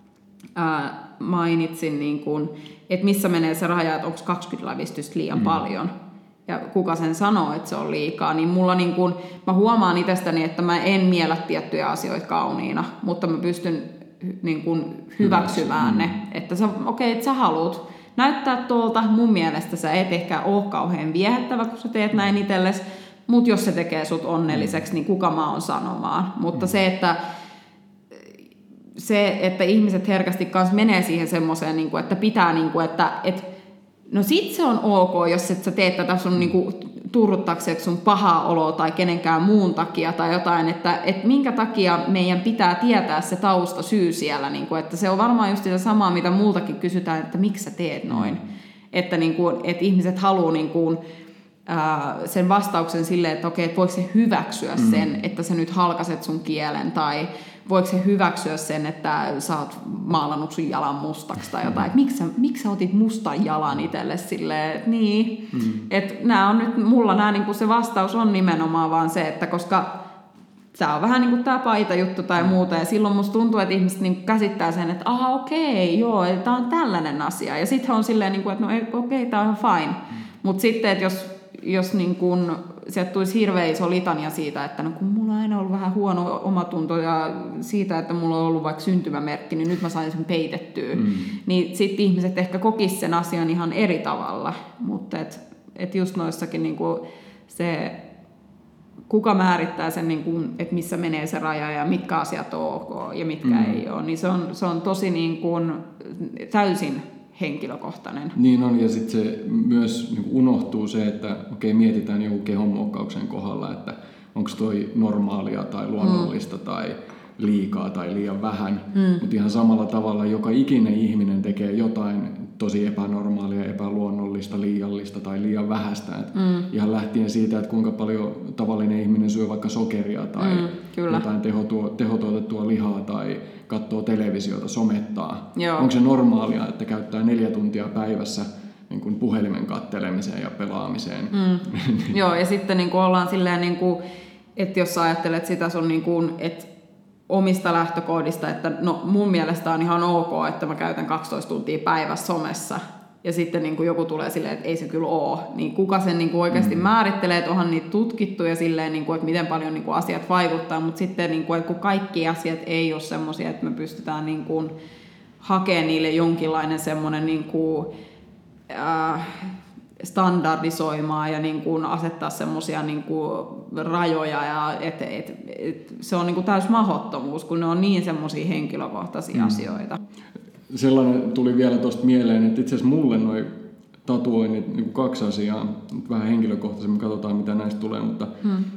mainitsin, että missä menee se raja, että onko 20 lävistystä liian paljon. Ja kuka sen sanoo, että se on liikaa, niin mulla mä huomaan itsestäni, että mä en miellä tiettyjä asioita kauniina, mutta mä pystyn hyväksymään ne, että että sä haluat näyttää tuolta, mun mielestä sä et ehkä ole kauhean viehättävä, kun sä teet näin itsellesi, mutta jos se tekee sut onnelliseksi, niin kuka mä oon sanomaan. Mutta se, että ihmiset herkästi kanssa menee siihen semmoiseen, että pitää, että no sit se on ok, jos et sä teet tätä sun turruttaksesi sun pahaa oloa tai kenenkään muun takia tai jotain, että minkä takia meidän pitää tietää se taustasyy siellä, että se on varmaan just sitä samaa, mitä multakin kysytään, että miksi sä teet noin. että, niin kuin, että ihmiset haluaa niin kuin, sen vastauksen silleen, että okei, että voiko se hyväksyä sen, että sä nyt halkaset sun kielen, tai voiko se hyväksyä sen, että sä oot maalannut sun jalan mustaksi tai jotain, että miksi sä otit mustan jalan itselle silleen, että niin, että nämä on nyt, mulla nämä, niin kuin se vastaus on nimenomaan vaan se, että koska tämä on vähän niin kuin tämä paita-juttu tai muuta, ja silloin musta tuntuu, että ihmiset niin kuin käsittää sen, että okei, joo, tämä on tällainen asia, ja sitten he on silleen, niin kuin, että no okei, tämä on ihan fine, mutta sitten, että jos niin kuin, sieltä tulisi hirveän iso litania siitä, että no kun mulla on aina ollut vähän huono omatunto ja siitä, että mulla on ollut vaikka syntymämerkki, niin nyt mä sain sen peitettyä, niin sitten ihmiset ehkä kokisivat sen asian ihan eri tavalla, mutta et just noissakin niin kuin se, kuka määrittää sen, niin kuin, että missä menee se raja ja mitkä asiat on ok ja mitkä ei ole, niin se on tosi niin kuin, täysin henkilökohtainen. Niin on, ja sitten se myös niin unohtuu se, että okei, mietitään joku kehonmuokkauksen kohdalla, että onko toi normaalia tai luonnollista tai liikaa tai liian vähän, mutta ihan samalla tavalla joka ikinen ihminen tekee jotain tosi epänormaalia, epäluonnollista, liiallista tai liian vähäistä. Ihan lähtien siitä, että kuinka paljon tavallinen ihminen syö vaikka sokeria tai jotain tehotuotettua lihaa tai katsoo televisiota, somettaa. Joo. Onko se normaalia, että käyttää 4 tuntia päivässä niin kuin puhelimen katselemiseen ja pelaamiseen? Joo, ja sitten niin kuin ollaan silleen, niin kuin, että jos sä ajattelet sitä sun niin kuin, että omista lähtökohdista, että no mun mielestä on ihan ok, että mä käytän 12 tuntia päivässä somessa, ja sitten niin kuin joku tulee silleen, että ei se kyllä ole, niin kuka sen niin kuin oikeasti määrittelee, että onhan niitä tutkittu ja silleen, niin kuin, että miten paljon niin kuin asiat vaikuttaa, mutta sitten niin kuin, että kun kaikki asiat ei ole semmoisia, että me pystytään niin kuin hakemaan niille jonkinlainen semmoinen niin kuin, standardisoimaan ja niin kuin asettaa semmoisia niin kuin rajoja, ja se on niin kuin täys mahdottomuus, kun ne on niin semmoisia henkilökohtaisia asioita. Sellainen tuli vielä tuosta mieleen, että itse asiassa mulle noi tatuoinnit, niin kuin 2 asiaa, nyt vähän henkilökohtaisemmin katsotaan mitä näistä tulee, mutta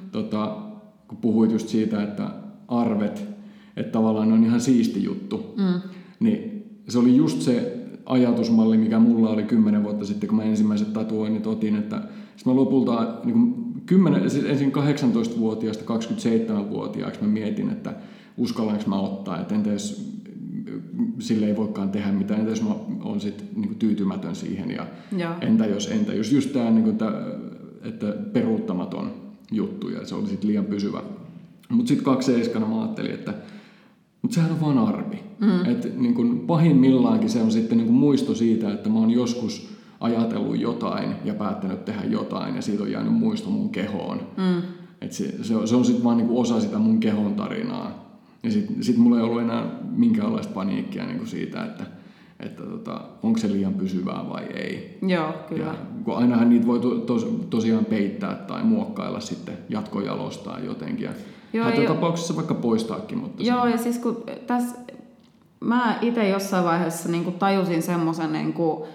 kun puhuit just siitä, että arvet, että tavallaan ne on ihan siisti juttu, niin se oli just se ajatusmalli, mikä mulla oli 10 vuotta sitten, kun mä ensimmäiset tatuoinnit otin, että mä lopulta ensin 18-vuotiaasta 27-vuotiaaksi mä mietin, että uskallanko mä ottaa, että entä jos sille ei voikaan tehdä mitään, entä jos mä oon sit niin kuin tyytymätön siihen, ja entä jos just tää, niin kuin että peruuttamaton juttu, ja se oli sit liian pysyvä. Mutta sitten 27 mä ajattelin, että mutta sehän on vaan arvi. Että niin kun pahimmillaankin se on sitten niin kun muisto siitä, että mä oon joskus ajatellut jotain ja päättänyt tehdä jotain, ja siitä on jäänyt muisto mun kehoon. Et se on sitten vaan niin kun osa sitä mun kehon tarinaa. Ja sit mulla ei ollut enää minkäänlaista paniikkia niin kun siitä, että onko se liian pysyvää vai ei. Joo, kyllä. Ja kun ainahan niitä voi tosiaan peittää tai muokkailla sitten jatkojalostaa jotenkin. Hätätapauksessa vaikka poistaakin. Mutta joo, ja siis kun tässä mä itse jossain vaiheessa niin tajusin semmoisen, niin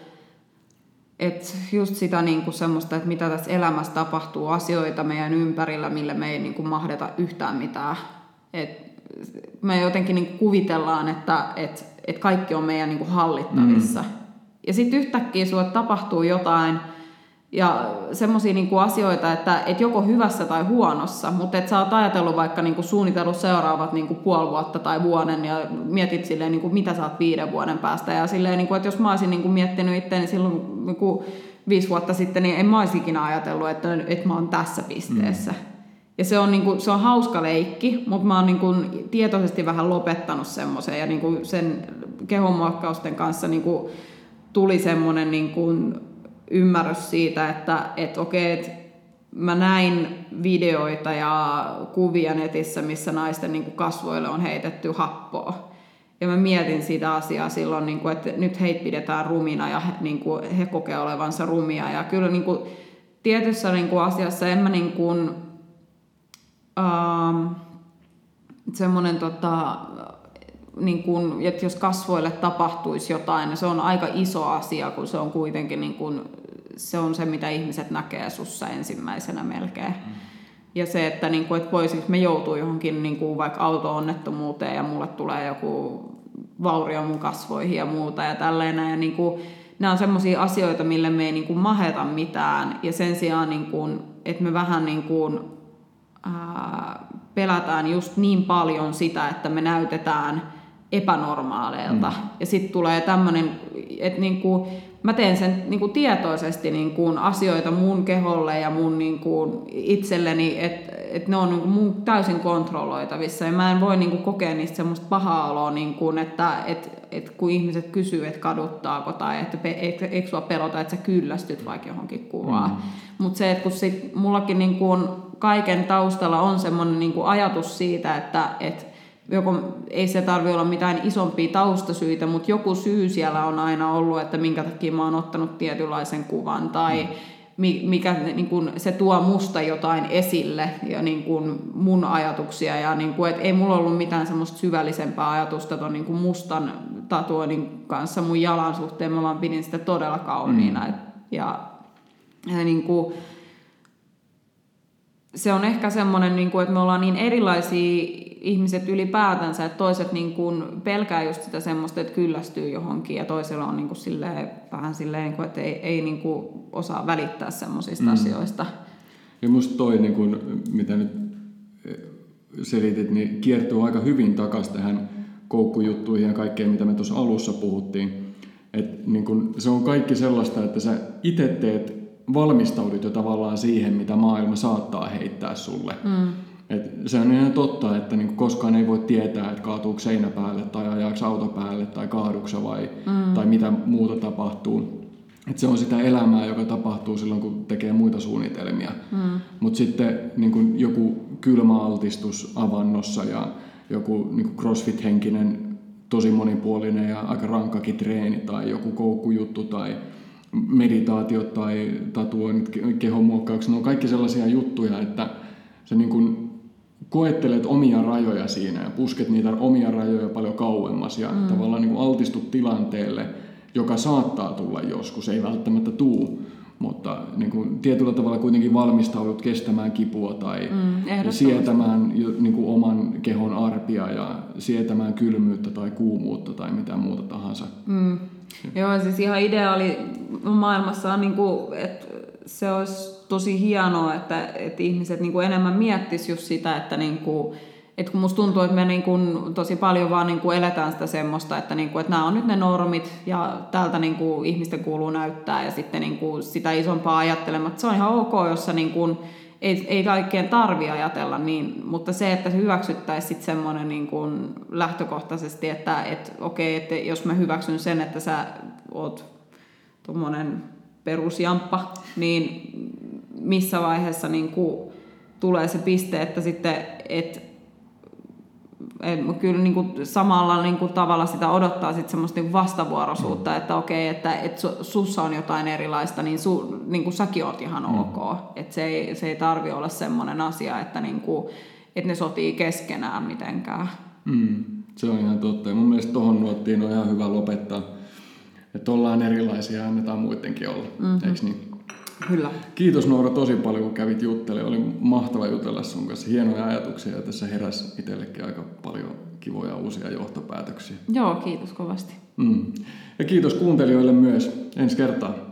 että just sitä niin semmoista, että mitä tässä elämässä tapahtuu, asioita meidän ympärillä, millä me ei niin mahdeta yhtään mitään. Et me jotenkin niin kuvitellaan, että kaikki on meidän niin hallittavissa. Ja sitten yhtäkkiä sulle tapahtuu jotain, ja semmoisia niinku asioita, että joko hyvässä tai huonossa, mutta että sä oot ajatellut vaikka niinku suunnitellut seuraavat niinku puoli vuotta tai vuoden ja mietit silleen, niinku, mitä sä oot 5 vuoden päästä. Ja silleen, niinku, että jos mä olisin niinku miettinyt itseäni silloin niinku 5 vuotta sitten, niin en mä olisi ikinä ajatellut, että mä oon tässä pisteessä. Ja se on, niinku, se on hauska leikki, mutta mä oon niinku tietoisesti vähän lopettanut semmoisen. Ja niinku sen kehonmuokkausten kanssa niinku tuli semmoinen niinku ymmärrys siitä, että okei, että mä näin videoita ja kuvia netissä, missä naisten niin kuin kasvoille on heitetty happoa. Ja mä mietin sitä asiaa silloin, niin kuin, että nyt heitä pidetään rumina ja niin kuin, he kokee olevansa rumia. Ja kyllä niin kuin, tietyssä niin kuin asiassa en mä niin kuin, semmoinen niin kun, että jos kasvoille tapahtuisi jotain, niin se on aika iso asia, kun se on kuitenkin niin kun, se on se, mitä ihmiset näkee sussa ensimmäisenä melkein. Ja se, että, niin kun, että voisinko me joutua johonkin niin kun, vaikka auto-onnettomuuteen ja mulle tulee joku vaurio mun kasvoihin ja muuta ja tälleen. Ja niin kun, nämä on semmoisia asioita, mille me ei niin kuin maheta mitään, ja sen sijaan, niin kuin, että me vähän niin kuin, pelätään just niin paljon sitä, että me näytetään epänormaaleilta. Ja sitten tulee tämmöinen, että niinku, mä teen sen niinku tietoisesti niinku asioita mun keholle ja mun niinku itselleni, että ne on niinku mun täysin kontrolloitavissa. Ja mä en voi niinku kokea niistä semmoista pahaa oloa, niinku, että kun ihmiset kysyy, että kaduttaako tai että eikö sua pelota, että sä kyllästyt vaikka johonkin kuvaan. Mutta se, että kun sit mullakin niinku kaiken taustalla on semmoinen niinku ajatus siitä, että ei se tarvitse olla mitään isompia taustasyitä, mutta joku syy siellä on aina ollut, että minkä takia mä oon ottanut tietynlaisen kuvan tai mikä niin kun, se tuo musta jotain esille ja niin kun, mun ajatuksia. Ja niin kun, et ei mulla ollut mitään semmoista syvällisempää ajatusta ton niin kun mustan tatuoinnin kanssa mun jalan suhteen. Mä vaan pidin sitä todella kauniina. Ja niin kun, se on ehkä semmoinen, niin kuin, että me ollaan niin erilaisia ihmiset ylipäätänsä, että toiset niin kuin pelkää just sitä semmoista, että kyllästyy johonkin, ja toisella on niin kuin silleen, vähän silleen, että ei niin kuin osaa välittää semmoisista asioista. Ja musta toi, niin kuin, mitä nyt selitit, niin kiertyy aika hyvin takaisin tähän koukkujuttuihin ja kaikkeen, mitä me tuossa alussa puhuttiin. Et, niin kuin, se on kaikki sellaista, että sä itse valmistaudut jo tavallaan siihen, mitä maailma saattaa heittää sulle. Et se on ihan totta, että niinku koskaan ei voi tietää, että kaatuuko seinä päälle tai ajaako auto päälle tai kaaduksä tai mitä muuta tapahtuu. Et se on sitä elämää, joka tapahtuu silloin, kun tekee muita suunnitelmia. Mutta sitten niinku joku kylmäaltistus avannossa ja joku niinku crossfit-henkinen, tosi monipuolinen ja aika rankkakin treeni tai joku koukkujuttu tai meditaatiot tai tatuoinnit, kehonmuokkaukset, ne on kaikki sellaisia juttuja, että sä niin kuin koettelet omia rajoja siinä ja pusket niitä omia rajoja paljon kauemmas ja tavallaan niin kuin altistut tilanteelle, joka saattaa tulla joskus, ei välttämättä tuu, mutta niin kuin tietyllä tavalla kuitenkin valmistaudut kestämään kipua tai sietämään niin kuin oman kehon arpia ja sietämään kylmyyttä tai kuumuutta tai mitä muuta tahansa. Joo, siis ihan ideaali maailmassa on, niin kuin, että se olisi tosi hienoa, että ihmiset niin kuin enemmän miettisivät just sitä, että, niin kuin, että kun musta tuntuu, että me niin kuin tosi paljon vaan niin kuin eletään sitä semmoista, että, niin kuin, että nämä on nyt ne normit ja tältä niin kuin ihmisten kuuluu näyttää ja sitten niin kuin sitä isompaa ajattelematta. Se on ihan ok, jossa niin kuin ei kaikkeen tarvitse ajatella niin, mutta se, että hyväksyttäisiin sitten semmoinen niin kuin lähtökohtaisesti, että okei, että jos mä hyväksyn sen, että sä oot tommonen perusjamppa, niin missä vaiheessa niin kuin tulee se piste, että sitten, kyllä niin kuin samalla niin kuin tavalla sitä odottaa sitten semmoista niin vastavuoroisuutta, että okei, että sussa on jotain erilaista, niin, niin kuin säkin oot ihan ok. Että se ei tarvitse olla semmoinen asia, että, niin kuin, että ne sotii keskenään mitenkään. Se on ihan totta. Ja mun mielestä tohon nuottiin on ihan hyvä lopettaa. Että ollaan erilaisia ja annetaan muidenkin olla. Eikö niin? Kyllä. Kiitos Noora tosi paljon, kun kävit juttelemaan. Oli mahtava jutella sun kanssa. Hienoja ajatuksia ja tässä heräsi itsellekin aika paljon kivoja uusia johtopäätöksiä. Joo, kiitos kovasti. Ja kiitos kuuntelijoille myös. Ensi kertaa.